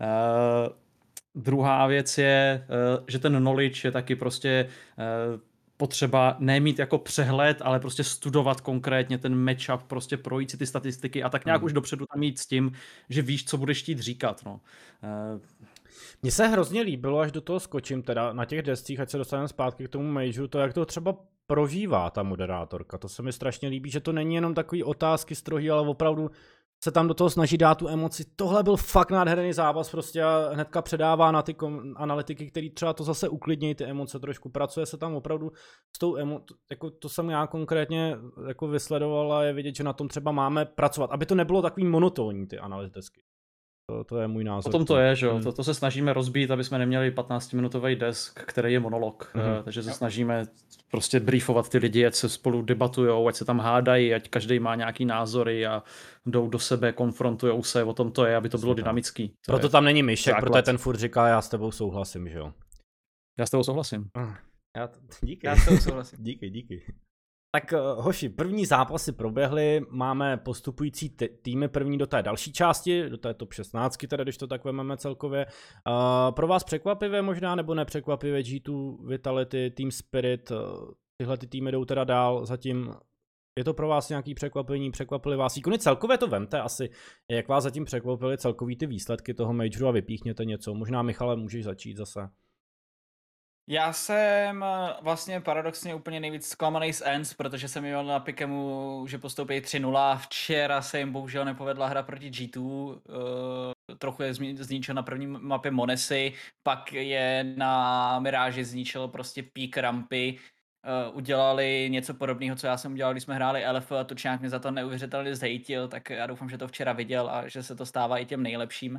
Druhá věc je, že ten knowledge je taky prostě potřeba nemít jako přehled, ale prostě studovat konkrétně ten matchup, prostě projít si ty statistiky a tak nějak už dopředu tam jít s tím, že víš, co budeš chtít říkat. No. Mně se hrozně líbilo, až do toho skočím teda na těch descích, ať se dostaneme zpátky k tomu majoru, to jak to třeba prožívá ta moderátorka. To se mi strašně líbí, že to není jenom takový otázky strohý, ale opravdu se tam do toho snaží dát tu emoci. Tohle byl fakt nádherný zápas prostě a hnedka předává na ty analytiky, který třeba to zase uklidnějí ty emoce trošku. Pracuje se tam opravdu s tou jako to jsem já konkrétně jako vysledoval a je vidět, že na tom třeba máme pracovat, aby to nebylo takový monotónní ty analyticky. To je můj názor. Potom to je, že jo. To se snažíme rozbít, aby jsme neměli 15-minutový desk, který je monolog. Takže se snažíme prostě briefovat ty lidi, ať se spolu debatujou, ať se tam hádají, ať každý má nějaký názory a jdou do sebe, konfrontujou se, o tom to je, aby to bylo dynamický. Proto tam není Myšek, protože ten furt říká, já s tebou souhlasím, že jo. Já s tebou souhlasím. Díky. Já s tebou souhlasím. Díky. Tak hoši, první zápasy proběhly, máme postupující týmy první do té další části, do té top 16, teda když to tak vememe celkově. Pro vás překvapivě možná, nebo nepřekvapivě G2, Vitality, Team Spirit, tyhle ty týmy jdou teda dál, zatím je to pro vás nějaký překvapení, překvapily vás výkony, celkově to vemte asi, jak vás zatím překvapily celkový ty výsledky toho majoru a vypíchněte něco, možná Michale můžeš začít zase. Já jsem vlastně paradoxně úplně nejvíc zklamaný z ENC, protože jsem měl na Pikemu, že postoupí 3-0. Včera se jim bohužel nepovedla hra proti G2. Trochu je zničil na první mapě Monesy, pak je na Miráži zničil prostě Peak Rampy. Udělali něco podobného, co já jsem udělal, když jsme hráli LF, a Tučňák mě za to neuvěřitelně zhejtil, tak já doufám, že to včera viděl a že se to stává i těm nejlepším.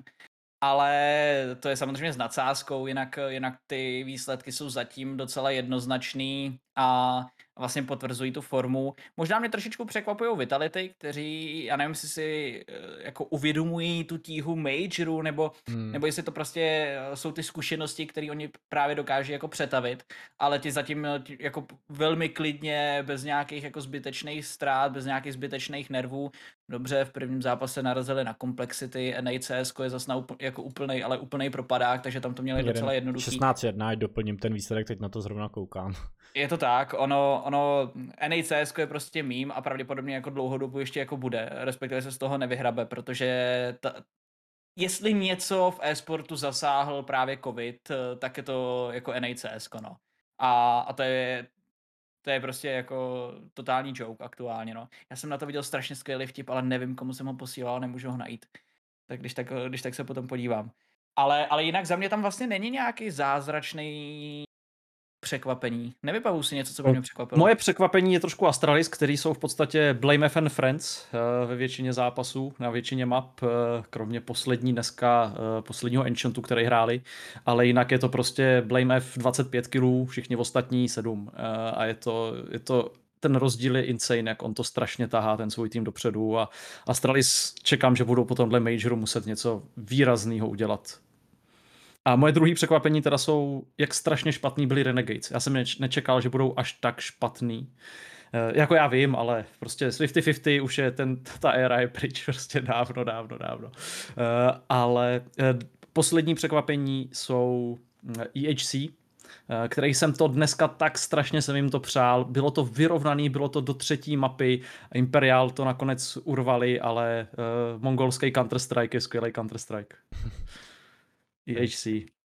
Ale to je samozřejmě s nadsázkou, jinak ty výsledky jsou zatím docela jednoznačný a vlastně potvrzují tu formu. Možná mě trošičku překvapují Vitality, kteří, já nevím, jestli si jako uvědomují tu tíhu majoru, nebo jestli to prostě jsou ty zkušenosti, které oni právě dokáží jako přetavit, ale ty zatím jako velmi klidně, bez nějakých jako zbytečných ztrát, bez nějakých zbytečných nervů. Dobře, v prvním zápase narazili na Complexity, NACS je zase jako úplnej propadák, takže tam to měli docela jednoduchý. 16-1, ať doplním ten výsledek, teď na to zrovna koukám. Je to tak, ono NACS je prostě mím a pravděpodobně jako dlouhodobu ještě jako bude, respektive se z toho nevyhrabe, protože jestli něco v e-sportu zasáhl právě covid, tak je to jako NACS, no. A to je prostě jako totální joke aktuálně, no. Já jsem na to viděl strašně skvělý vtip, ale nevím, komu jsem ho posílal, nemůžu ho najít. Tak když tak se potom podívám. Ale jinak za mě tam vlastně není nějaký zázračný překvapení. Nevybavuju si něco, co by mě překvapilo. Moje překvapení je trošku Astralis, který jsou v podstatě Blame F and Friends ve většině zápasů, na většině map, kromě posledního Enchantu, který hráli, ale jinak je to prostě Blame F 25 kg, všichni ostatní 7 a je to ten rozdíl je insane, jak on to strašně tahá ten svůj tým dopředu a Astralis čekám, že budou po tomhle majoru muset něco výrazného udělat. A moje druhé překvapení teda jsou, jak strašně špatný byli Renegades. Já jsem nečekal, že budou až tak špatný. Jako já vím, ale prostě s 50-50 už je ta éra je pryč prostě dávno. Ale poslední překvapení jsou EHC, který jsem to dneska tak strašně jsem jim to přál. Bylo to vyrovnaný, bylo to do 3. mapy. Imperial to nakonec urvali, ale mongolský Counter-Strike je skvělý Counter-Strike. EHC.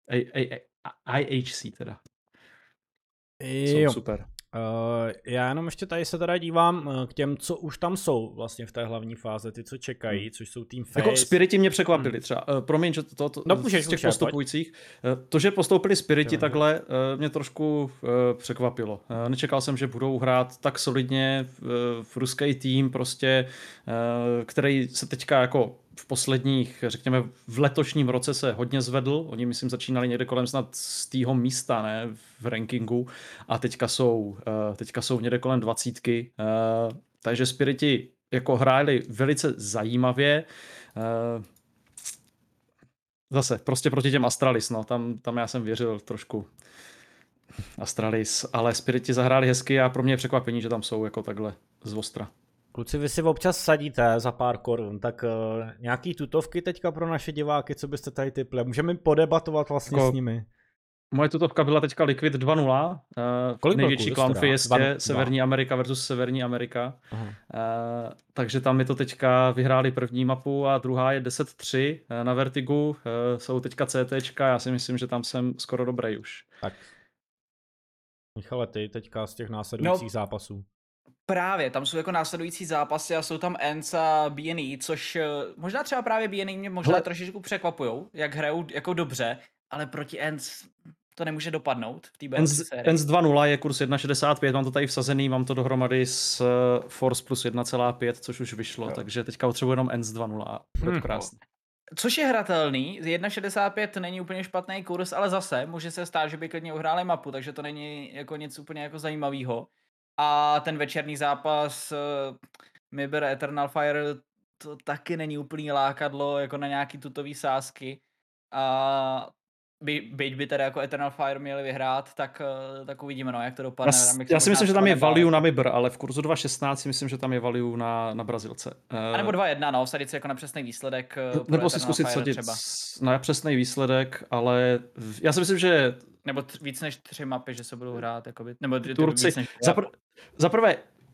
IHC teda. Jo. Jsou super. Já jenom ještě tady se teda dívám k těm, co už tam jsou vlastně v té hlavní fáze, ty, co čekají, což jsou Team Face. Jako Spiriti mě překvapili třeba. Promiň, že z těch postupujících. To, že postoupili Spiriti takhle, mě trošku překvapilo. Nečekal jsem, že budou hrát tak solidně v ruský tým, prostě, který se teďka jako v posledních, řekněme, v letošním roce se hodně zvedl. Oni, myslím, začínali někde kolem snad z tého místa, ne, v rankingu a teďka jsou někde kolem 20. Takže Spiriti jako hráli velice zajímavě. Zase, prostě proti těm Astralis, no, tam já jsem věřil trošku Astralis, ale Spiriti zahráli hezky a pro mě je překvapení, že tam jsou jako takhle z ostra. Kluci, vy si občas sadíte za pár korun, tak nějaký tutovky teďka pro naše diváky, co byste tady tipli? Můžeme podebatovat vlastně s nimi. Moje tutovka byla teďka Liquid 2-0, největší clown fiestě, Severní Amerika versus Severní Amerika. Takže tam mi to teďka vyhráli první mapu a druhá je 10-3 na Vertigu, jsou teďka CTčka, já si myslím, že tam jsem skoro dobrý už. Tak. Michale, ty teďka z těch následujících zápasů. Právě, tam jsou jako následující zápasy a jsou tam ENC a BNE, což možná třeba právě BNE mě možná trošičku překvapujou, jak hrajou jako dobře, ale proti ENC to nemůže dopadnout v té BLC sérii. ENC 2.0 je kurz 1.65, mám to tady vsazený, mám to dohromady s Force plus 1.5, což už vyšlo, takže teďka potřebuji jenom ENC 2.0. Je to krásný. Což je hratelný, 1.65 není úplně špatný kurz, ale zase může se stát, že by klidně uhráli mapu, takže to není jako nic úplně jako zajímavého. A ten večerní zápas Mibir Eternal Fire, to taky není úplný lákadlo jako na nějaký tutový sázky. A byť by teda jako Eternal Fire měli vyhrát, tak uvidíme, no, jak to dopadne. Já si myslím, že tam je value na Mibir, ale v kurzu 2.16 si myslím, že tam je value na Brazilce. A nebo 2.1, no, vsadit si jako na přesný výsledek. Nebo si zkusit sadit na přesný výsledek, ale já si myslím, že nebo víc než 3 mapy, že se budou hrát, jakoby, nebo Turci. Za prvé,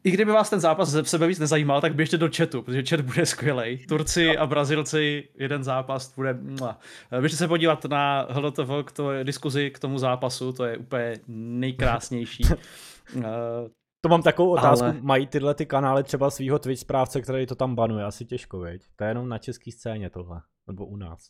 I kdyby vás ten zápas ze sebe víc nezajímal, tak běžte do chatu, protože chat bude skvělej. Turci a Brazilci, jeden zápas bude... Běžte se podívat na HLTV k diskuzi k tomu zápasu, to je úplně nejkrásnější. To mám takovou otázku, mají tyhle ty kanály třeba svýho Twitch správce, který to tam banuje? Asi těžko, viď? To je jenom na české scéně tohle, nebo u nás.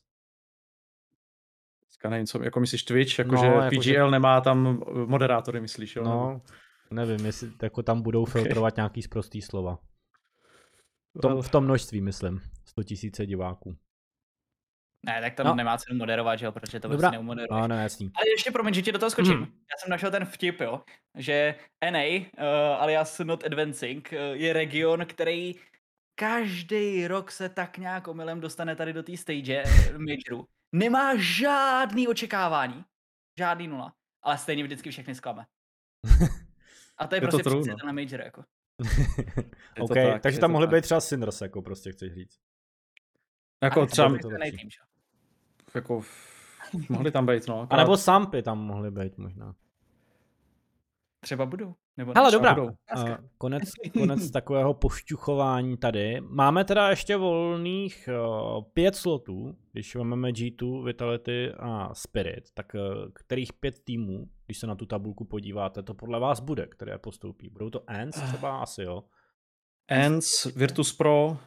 Nevím, co, jako myslíš Twitch, jakože PGL nemá tam moderátory, myslíš, jo? No, nevím, jestli jako tam budou filtrovat nějaký sprostý slova. V tom množství, myslím, 100 000 diváků. Ne, tak tam nemá cenu moderovat, že jo, protože to vlastně neumoderuješ. No, jasný. Ale ještě promiň, že ti do toho skočím. Já jsem našel ten vtip, jo, že NA, alias Not Advancing, je region, který každý rok se tak nějak omylem dostane tady do té stage majoru. Nemá žádný očekávání. Žádný nula. Ale stejně vždycky všechny zklame. A to je prostě přesně na major, jako. OK, takže tam mohli být třeba Sinners, jako prostě chceš říct. Jako třeba... Jako... Mohli tam být, no. A nebo Sampy tam mohli být možná. Třeba budou. Hele, dobrá. Konec takového pošťuchování tady. Máme teda ještě volných 5 slotů, když máme G2, Vitality a Spirit, tak kterých 5 týmů, když se na tu tabulku podíváte, to podle vás bude, které postoupí? Budou to ENCE třeba? Asi jo. ENCE, Virtus.pro,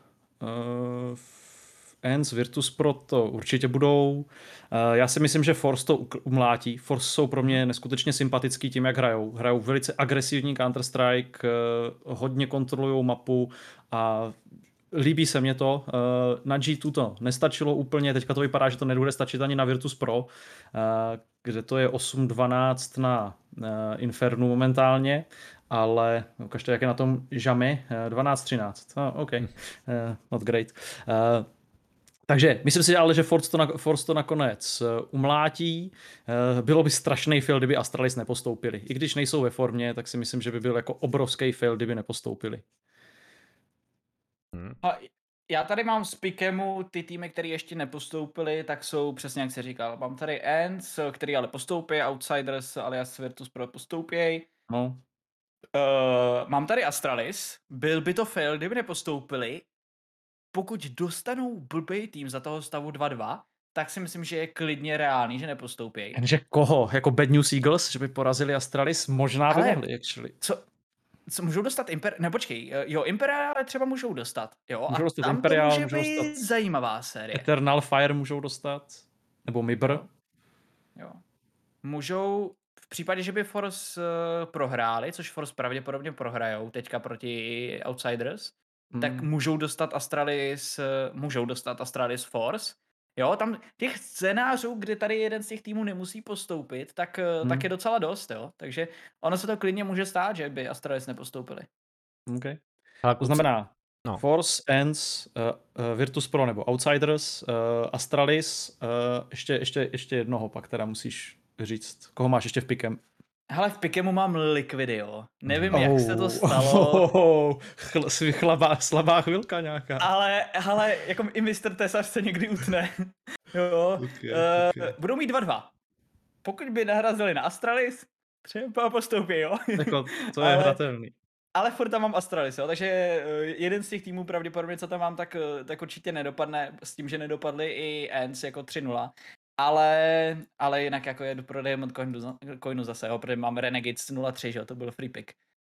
ENCE, Virtus.pro to určitě budou. Já si myslím, že Force to umlátí. Force jsou pro mě neskutečně sympatický tím, jak hrajou. Hrajou velice agresivní Counter-Strike, hodně kontrolují mapu a líbí se mě to. Na G2 to nestačilo úplně, teďka to vypadá, že to nebude stačit ani na Virtus.pro, kde to je 8-12 na Infernu momentálně, ale ukažte, jak je na tom Žamy, 12-13. OK, not great. Takže myslím si ale, že Force to nakonec umlátí. Bylo by strašný fail, kdyby Astralis nepostoupili. I když nejsou ve formě, tak si myslím, že by byl jako obrovský fail, kdyby nepostoupili. A já tady mám z Pikemu ty týmy, které ještě nepostoupily, tak jsou přesně jak jsi říkal. Mám tady ENCE, který ale postoupí, Outsiders alias Virtus.pro postoupí. No. Mám tady Astralis, byl by to fail, kdyby nepostoupili. Pokud dostanou blbý tým za toho stavu 2-2, tak si myslím, že je klidně reálný, že nepostoupí. Jenže koho? Jako Bad News Eagles, že by porazili Astralis? Možná by mohli, actually. Co můžou dostat počkej, Imperial třeba můžou dostat, jo? Můžou dostat tam Imperial, to může být zajímavá série. Eternal Fire můžou dostat, nebo Mibr. Jo. Můžou, v případě, že by Force prohráli, což Force pravděpodobně prohrajou teďka proti Outsiders, tak můžou dostat Astralis Force. Jo, tam těch scénářů, kde tady jeden z těch týmů nemusí postoupit, tak je docela dost, jo. Takže ono se to klidně může stát, že by Astralis nepostoupili. Okay. To znamená Force, ENCE, Virtus.pro nebo Outsiders, Astralis, ještě jednoho pak teda musíš říct. Koho máš ještě v pikem? Hele, v Pikemu mám Liquidy, jo. Nevím, jak se to stalo. Slabá chvilka nějaká. Ale jako i Mr. Tesař se někdy utne. Jo. Okay. Budou mít 2-2. Pokud by nahrazili na Astralis, třeba postoupí, jo. Jako, to je hratelný. Ale furt tam mám Astralis, jo, takže jeden z těch týmů pravděpodobně, co tam mám, tak určitě nedopadne, s tím, že nedopadli i ENCE jako 3-0. Ale jinak jako je do prodeje od coinu zase, jo, protože máme Renegades 0-3, že jo, to byl free pick.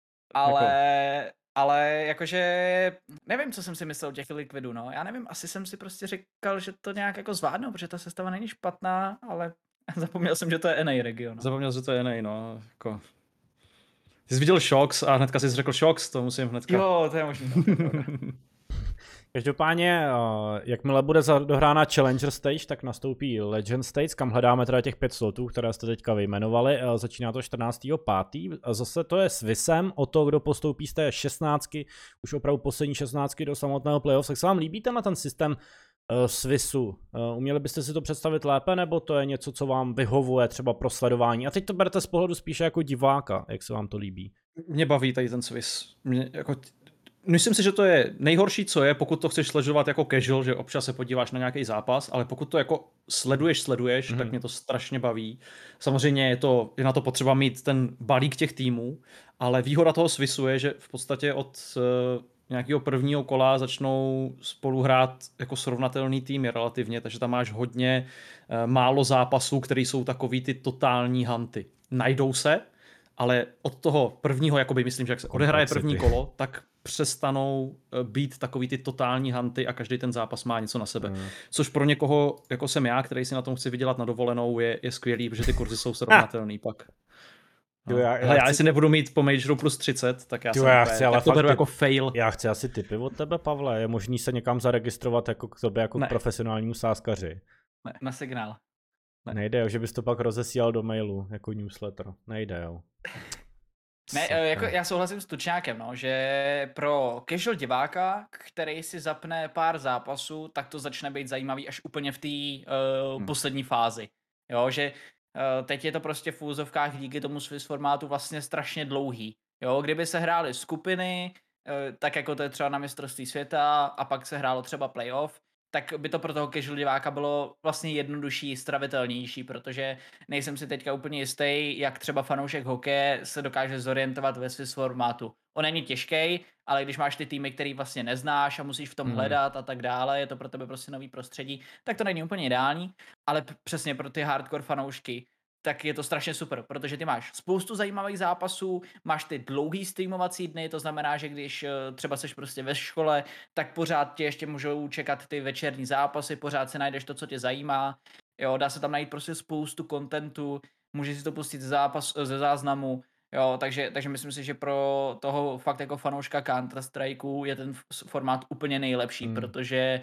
Ale jakože nevím, co jsem si myslel o těch Liquidů, no. Já nevím, asi jsem si prostě říkal, že to nějak jako zvládnou, protože ta sestava není špatná, ale zapomněl jsem, že to je NA region. Zapomněl, že to je NA, no. Jako... Ty jsi viděl Shocks a hnedka jsi řekl Shocks, to musím hnedka. Jo, to je možný. Každopádně, jakmile bude dohrána Challenger Stage, tak nastoupí Legend Stage, kam hledáme teda těch 5 slotů, které jste teďka vyjmenovali. Začíná to 14.5. A zase to je s Visem o to, kdo postoupí z té 16, už opravdu poslední 16 do samotného playoff. Tak se vám líbí ten systém Swissu? Uměli byste si to představit lépe, nebo to je něco, co vám vyhovuje třeba pro sledování? A teď to berete z pohledu spíše jako diváka, jak se vám to líbí? Mě baví tady ten Swiss. Myslím si, že to je nejhorší, co je, pokud to chceš sledovat jako casual, že občas se podíváš na nějaký zápas, ale pokud to jako sleduješ, tak mě to strašně baví. Samozřejmě je na to potřeba mít ten balík těch týmů, ale výhoda toho Swissu je, že v podstatě od nějakého prvního kola začnou spolu hrát jako srovnatelný týmy relativně, takže tam máš hodně málo zápasů, které jsou takový ty totální hanty. Najdou se, ale od toho prvního, jakoby myslím, že jak se odehraje první kolo, tak přestanou být takový ty totální hanty a každý ten zápas má něco na sebe. Což pro někoho, jako jsem já, který si na tom chci vydělat na dovolenou, je skvělý, protože ty kurzy jsou srovnatelný pak. No. Já si nebudu mít po Majoru plus 30, tak já to beru jako fail. Já chci asi tipy od tebe, Pavle. Je možný se někam zaregistrovat jako k tobě jako k profesionálnímu sázkaři? Ne, na signál. Ne. Nejde, jo, že bys to pak rozesílal do mailu jako newsletter. Nejde, jo. Ne, jako já souhlasím s Tučňákem, no, že pro casual diváka, který si zapne pár zápasů, tak to začne být zajímavý až úplně v té poslední fázi. Jo, že teď je to prostě v úzovkách díky tomu Swiss formátu vlastně strašně dlouhý. Jo, kdyby se hrály skupiny, tak jako to je třeba na mistrovství světa a pak se hrálo třeba playoff, tak by to pro toho casual diváka bylo vlastně jednodušší, stravitelnější, protože nejsem si teďka úplně jistý, jak třeba fanoušek hokeje se dokáže zorientovat ve Swiss formátu. On není těžký, ale když máš ty týmy, který vlastně neznáš a musíš v tom hledat a tak dále, je to pro tebe prostě nový prostředí, tak to není úplně ideální, ale přesně pro ty hardcore fanoušky tak je to strašně super, protože ty máš spoustu zajímavých zápasů, máš ty dlouhý streamovací dny, to znamená, že když třeba seš prostě ve škole, tak pořád tě ještě můžou čekat ty večerní zápasy, pořád si najdeš to, co tě zajímá, jo, dá se tam najít prostě spoustu kontentu, můžeš si to pustit ze záznamu, jo, takže myslím si, že pro toho fakt jako fanouška Counter-Strikeu je ten formát úplně nejlepší, protože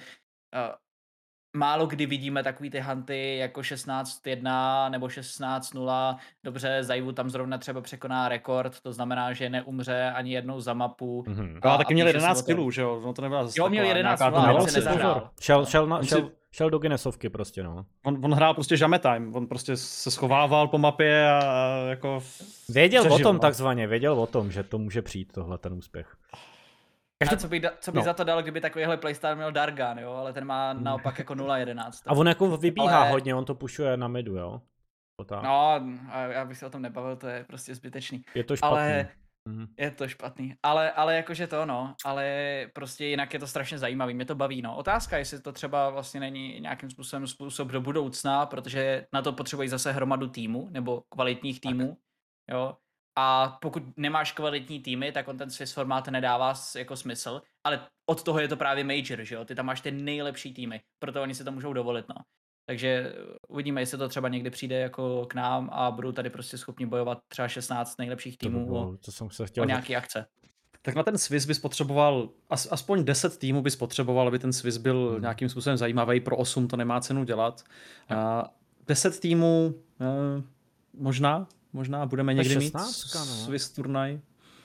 málo kdy vidíme takový ty hanty jako 16-1 nebo 16-0. Dobře, Zajvu tam zrovna třeba překoná rekord, to znamená, že neumře ani jednou za mapu. A taky měl 11 killů, že jo? No to nebyla zase měl 11 killů, se nezahrál. Šel do Guinnessovky prostě, no. On hrál prostě žame time, on prostě se schovával po mapě a jako... Věděl o tom takzvaně, věděl o tom, že to může přijít tohle ten úspěch. A co by za to dal, kdyby takovýhle playstyle měl Dargan, jo, ale ten má naopak jako 0.11. A on jako vybíhá hodně, on to pušuje na midu, jo? No, já bych se o tom nebavil, to je prostě zbytečný. Je to špatný. Je to špatný, ale jakože to, no, ale prostě jinak je to strašně zajímavý, mě to baví, no. Otázka, jestli to třeba vlastně není nějakým způsobem způsob do budoucna, protože na to potřebují zase hromadu týmu, nebo kvalitních týmů, jo. A pokud nemáš kvalitní týmy, tak on ten Swiss formát nedává jako smysl, ale od toho je to právě Major, že jo, ty tam máš ty nejlepší týmy, proto oni si to můžou dovolit, no. Takže uvidíme, jestli to třeba někdy přijde jako k nám a budou tady prostě schopni bojovat třeba 16 nejlepších týmů o nějaký akce. Tak na ten Swiss bys potřeboval, aspoň 10 týmů bys potřeboval, aby ten Swiss byl nějakým způsobem zajímavý, pro 8 to nemá cenu dělat. 10 týmů, možná budeme někdy 16, mít Swiss turnaj.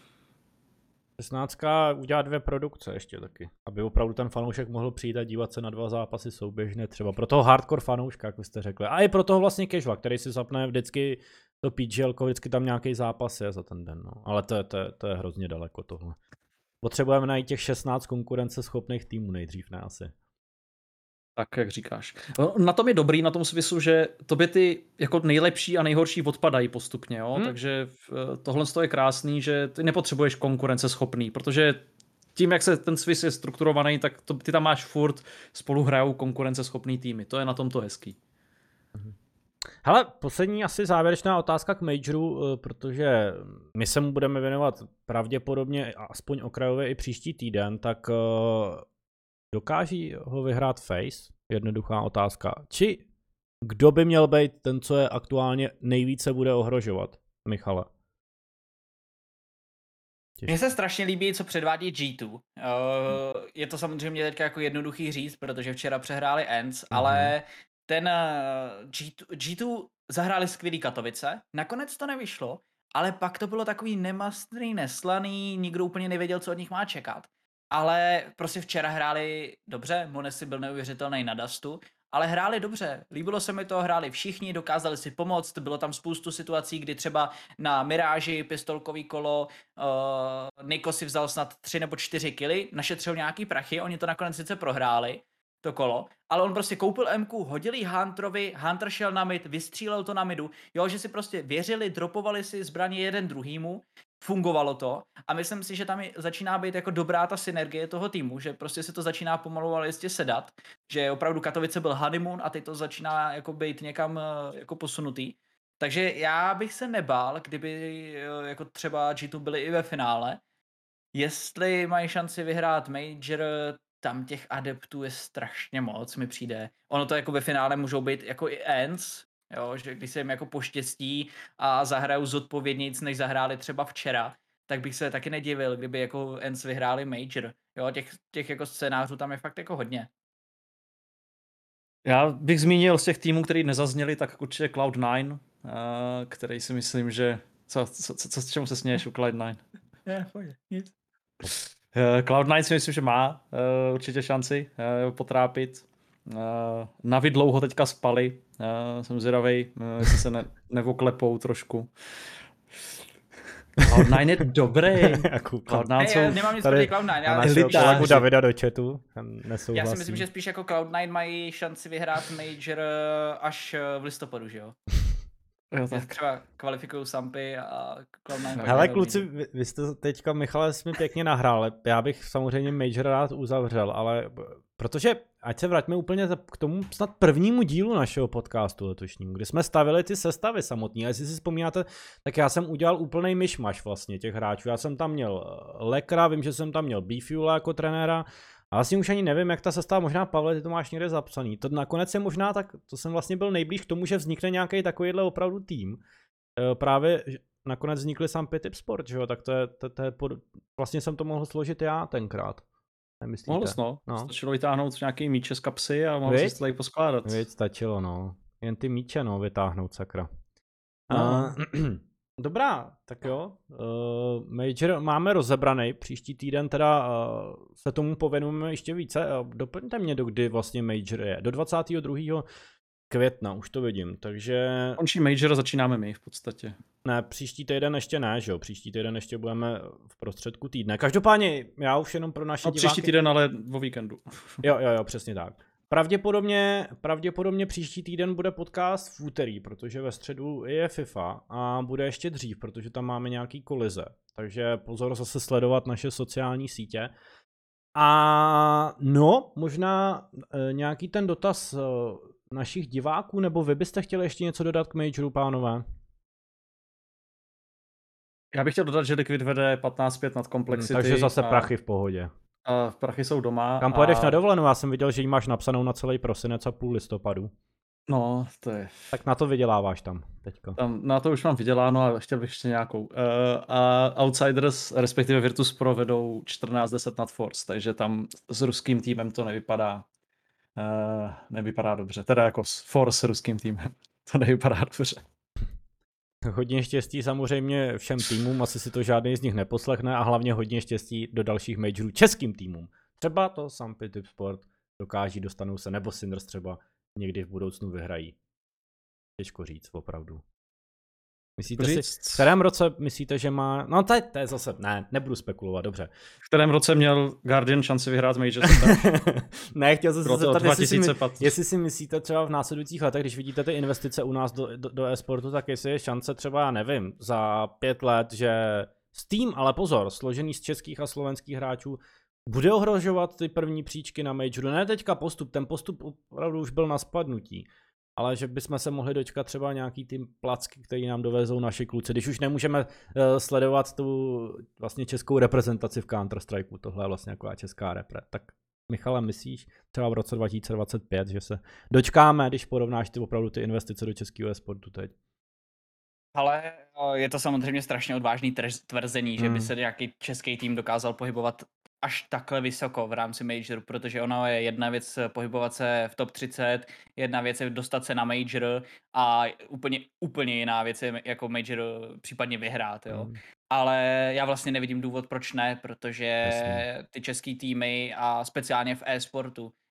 16 udělá 2 produkce ještě taky, aby opravdu ten fanoušek mohl přijít a dívat se na 2 zápasy souběžně, třeba pro toho hardcore fanouška, jak jste řekli, a i pro toho vlastně casual, který si zapne vždycky to PGL, vždycky tam nějaký zápas je za ten den, no. Ale to je hrozně daleko tohle. Potřebujeme najít těch 16 konkurenceschopných týmů nejdřív, ne asi. Tak, jak říkáš. Na tom je dobrý, na tom Swissu, že tobě ty jako nejlepší a nejhorší odpadají postupně, jo? Takže tohle je krásný, že ty nepotřebuješ konkurenceschopný, protože tím, jak se ten Swiss je strukturovaný, tak ty tam máš furt spolu hrajou konkurenceschopný týmy. To je na tomto hezký. Hele, poslední asi závěrečná otázka k Majoru, protože my se mu budeme věnovat pravděpodobně aspoň okrajově i příští týden, tak dokáží ho vyhrát Face? Jednoduchá otázka. Či kdo by měl být ten, co je aktuálně nejvíce bude ohrožovat? Michale. Mně se strašně líbí, co předvádí G2. Je to samozřejmě teďka jako jednoduchý říct, protože včera přehráli Ents, ale ten G2 zahráli skvělý Katovice, nakonec to nevyšlo, ale pak to bylo takový nemastný, neslaný, nikdo úplně nevěděl, co od nich má čekat. Ale prostě včera hráli dobře, Monesi byl neuvěřitelný na Dustu ale hráli dobře. Líbilo se mi to, hráli všichni, dokázali si pomoct, bylo tam spoustu situací, kdy třeba na Miráži pistolkový kolo Niko si vzal snad 3 nebo 4 kily, našetřil nějaký prachy, oni to nakonec sice prohráli, to kolo, ale on prostě koupil M-ku, hodil jí Hunterovi, Hunter šel na mid, vystřílel to na midu, jo, že si prostě věřili, dropovali si zbraně jeden druhýmu, fungovalo to a myslím si, že tam začíná být jako dobrá ta synergie toho týmu, že prostě se to začíná pomalu ale jistě sedat, že opravdu Katovice byl honeymoon a teď to začíná jako být někam jako posunutý. Takže já bych se nebál, kdyby jako třeba G2 byli i ve finále. Jestli mají šanci vyhrát Major, tam těch adeptů je strašně moc, mi přijde. Ono to jako ve finále můžou být jako i ends, jo, že když se jim jako poštěstí a zahrajou zodpovědnějc, než zahráli třeba včera, tak bych se taky nedivil, kdyby jako ends vyhráli Major. Jo, těch jako scénářů tam je fakt jako hodně. Já bych zmínil z těch týmů, který nezazněli, tak určitě Cloud9, který si myslím, že... Co s čemu se směješ u Cloud9? Nic. Cloud9 si myslím, že má určitě šanci potrápit. Navi dlouho teďka spali. Jsem zvědavej, jestli se nevoklepou trošku. Cloud9 je dobrý. Já nemám nic proti Cloud9. Já našel kolegu Davida do chatu. Já si myslím, že spíš jako Cloud9 mají šanci vyhrát Major až v listopadu, že jo? Jo, tak. Třeba kvalifikují Sampy a Cloud9. Hele kluci, vy jste teďka, Michale, jsi mi pěkně nahrál. Já bych samozřejmě Major rád uzavřel, ale protože, ať se vraťme úplně k tomu snad prvnímu dílu našeho podcastu letošnímu, kdy jsme stavili ty sestavy samotný. A jestli si vzpomínáte, tak já jsem udělal úplnej myšmaš vlastně těch hráčů. Já jsem tam měl Lekra, vím, že jsem tam měl B-Fuela jako trenéra. A vlastně už ani nevím, jak ta sestava, možná Pavle, ty to máš někde zapsaný. To nakonec je možná tak, to jsem vlastně byl nejblíž k tomu, že vznikne nějaký takovýhle opravdu tým. Právě nakonec vznikly Sampy Tip Sport, že jo, tak to je vlastně jsem to mohl složit já tenkrát. Nemyslíte? Mohl no. Stačilo vytáhnout nějaký míče z kapsy a mohl si to tady poskládat. Víc, stačilo, no. Jen ty míče, no, vytáhnout, sakra. Dobrá, tak jo. Major máme rozebraný, příští týden teda se tomu pověnujeme ještě více. Doplňte mě, do kdy vlastně Major je. Do 22. května, už to vidím, takže... Končí Major a začínáme my v podstatě. Ne, příští týden ještě ne, že jo, příští týden ještě budeme v prostředku týdne. Každopádně, já už jenom pro naše diváky... Příští týden, ale o víkendu. Jo, přesně tak. Pravděpodobně příští týden bude podcast v úterý, protože ve středu je FIFA a bude ještě dřív, protože tam máme nějaký kolize. Takže pozor zase sledovat naše sociální sítě. A no, možná nějaký ten dotaz našich diváků, nebo vy byste chtěli ještě něco dodat k Majoru, pánové? Já bych chtěl dodat, že Liquid vede 15-5 nad Complexity. Takže zase prachy v pohodě. Prachy jsou doma. Kam pojedeš na dovolenou? Já jsem viděl, že ji máš napsanou na celý prosinec a půl listopadu. No, to je... Tak na to vyděláváš tam teďka. Na to už mám vyděláno a chtěl bych ještě nějakou. Outsiders, respektive Virtus Pro, vedou 14-10 nad Force, takže tam s ruským týmem to nevypadá dobře. Teda jako s Force s ruským týmem. To nevypadá dobře. Hodně štěstí samozřejmě všem týmům, asi si to žádný z nich neposlechne a hlavně hodně štěstí do dalších majorů českým týmům. Třeba to Sampy Tip Sport dokáží, dostanou se, nebo Cinders třeba někdy v budoucnu vyhrají. Těžko říct, opravdu. Myslíte si, v kterém roce myslíte, že má... No to je zase, nebudu spekulovat, dobře. V kterém roce měl Guardian šanci vyhrát Major? Ne, chtěl jsem se zeptat, jestli si myslíte třeba v následujících letech, když vidíte ty investice u nás do e-sportu, tak jestli je šance třeba, já nevím, za 5 let, že Steam, ale pozor, složený z českých a slovenských hráčů, bude ohrožovat ty první příčky na Majoru. Ne teďka postup, ten postup opravdu už byl na spadnutí. Ale že bychom se mohli dočkat třeba nějaký ty placky, který nám dovezou naši kluci. Když už nemůžeme sledovat tu vlastně českou reprezentaci v Counter-Strikeu, tohle je vlastně jako česká repre. Tak Michale, myslíš třeba v roce 2025, že se dočkáme, když porovnáš ty opravdu ty investice do českého e-sportu teď? Ale je to samozřejmě strašně odvážný tvrzení, že by se nějaký český tým dokázal pohybovat až takhle vysoko v rámci Majoru, protože ono je jedna věc pohybovat se v top 30, jedna věc je dostat se na Major a úplně jiná věc je jako Major případně vyhrát, jo. Ale já vlastně nevidím důvod, proč ne, protože ty český týmy a speciálně v e-sportu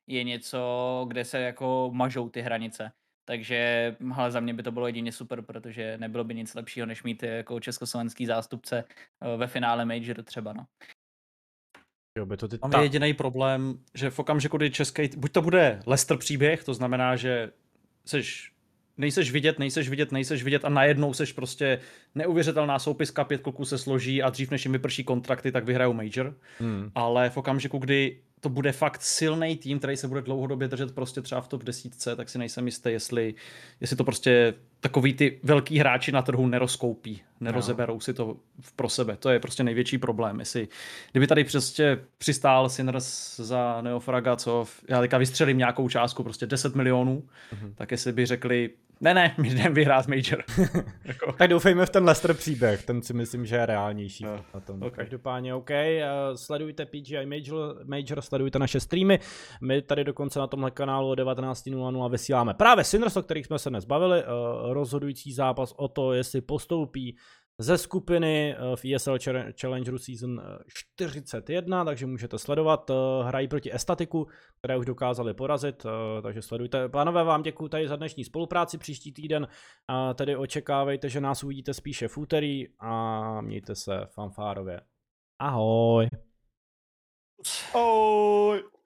je něco, kde se jako mažou ty hranice. Takže ale za mě by to bylo jedině super, protože nebylo by nic lepšího, než mít jako československý zástupce ve finále Majoru třeba, no. Jo, by to Tam je jediný problém, že v okamžiku, kdy český, buď to bude Leicester příběh, to znamená, že nejseš vidět a najednou seš prostě neuvěřitelná soupiska, 5 kluků se složí a dřív než jim vyprší kontrakty, tak vyhrajou Major. Ale v okamžiku, kdy to bude fakt silný tým, který se bude dlouhodobě držet prostě třeba v top 10, tak si nejsem jistý, jestli to prostě takový ty velký hráči na trhu nerozkoupí, nerozeberou si to pro sebe. To je prostě největší problém. Kdyby tady prostě přistál Sinners za Neofraga, co já teďka vystřelím nějakou částku, prostě 10 milionů, tak jestli by řekli, ne, my jdeme vyhrát Major. Jako. Tak doufejme v ten Leicester příběh, ten si myslím, že je reálnější. Na tom. Okay. Každopádně OK, sledujte PGI Major, sledujte naše streamy. My tady dokonce na tomhle kanálu o 19:00 vysíláme právě Sinners, o kterých jsme se dnes bavili, rozhodující zápas o to, jestli postoupí ze skupiny v ESL Challengeru Season 41, takže můžete sledovat. Hrají proti Estatiku, které už dokázali porazit, takže sledujte. Pánové, vám děkuji tady za dnešní spolupráci. Příští týden tedy očekávejte, že nás uvidíte spíše v úterý a mějte se fanfárově. Ahoj. Ahoj.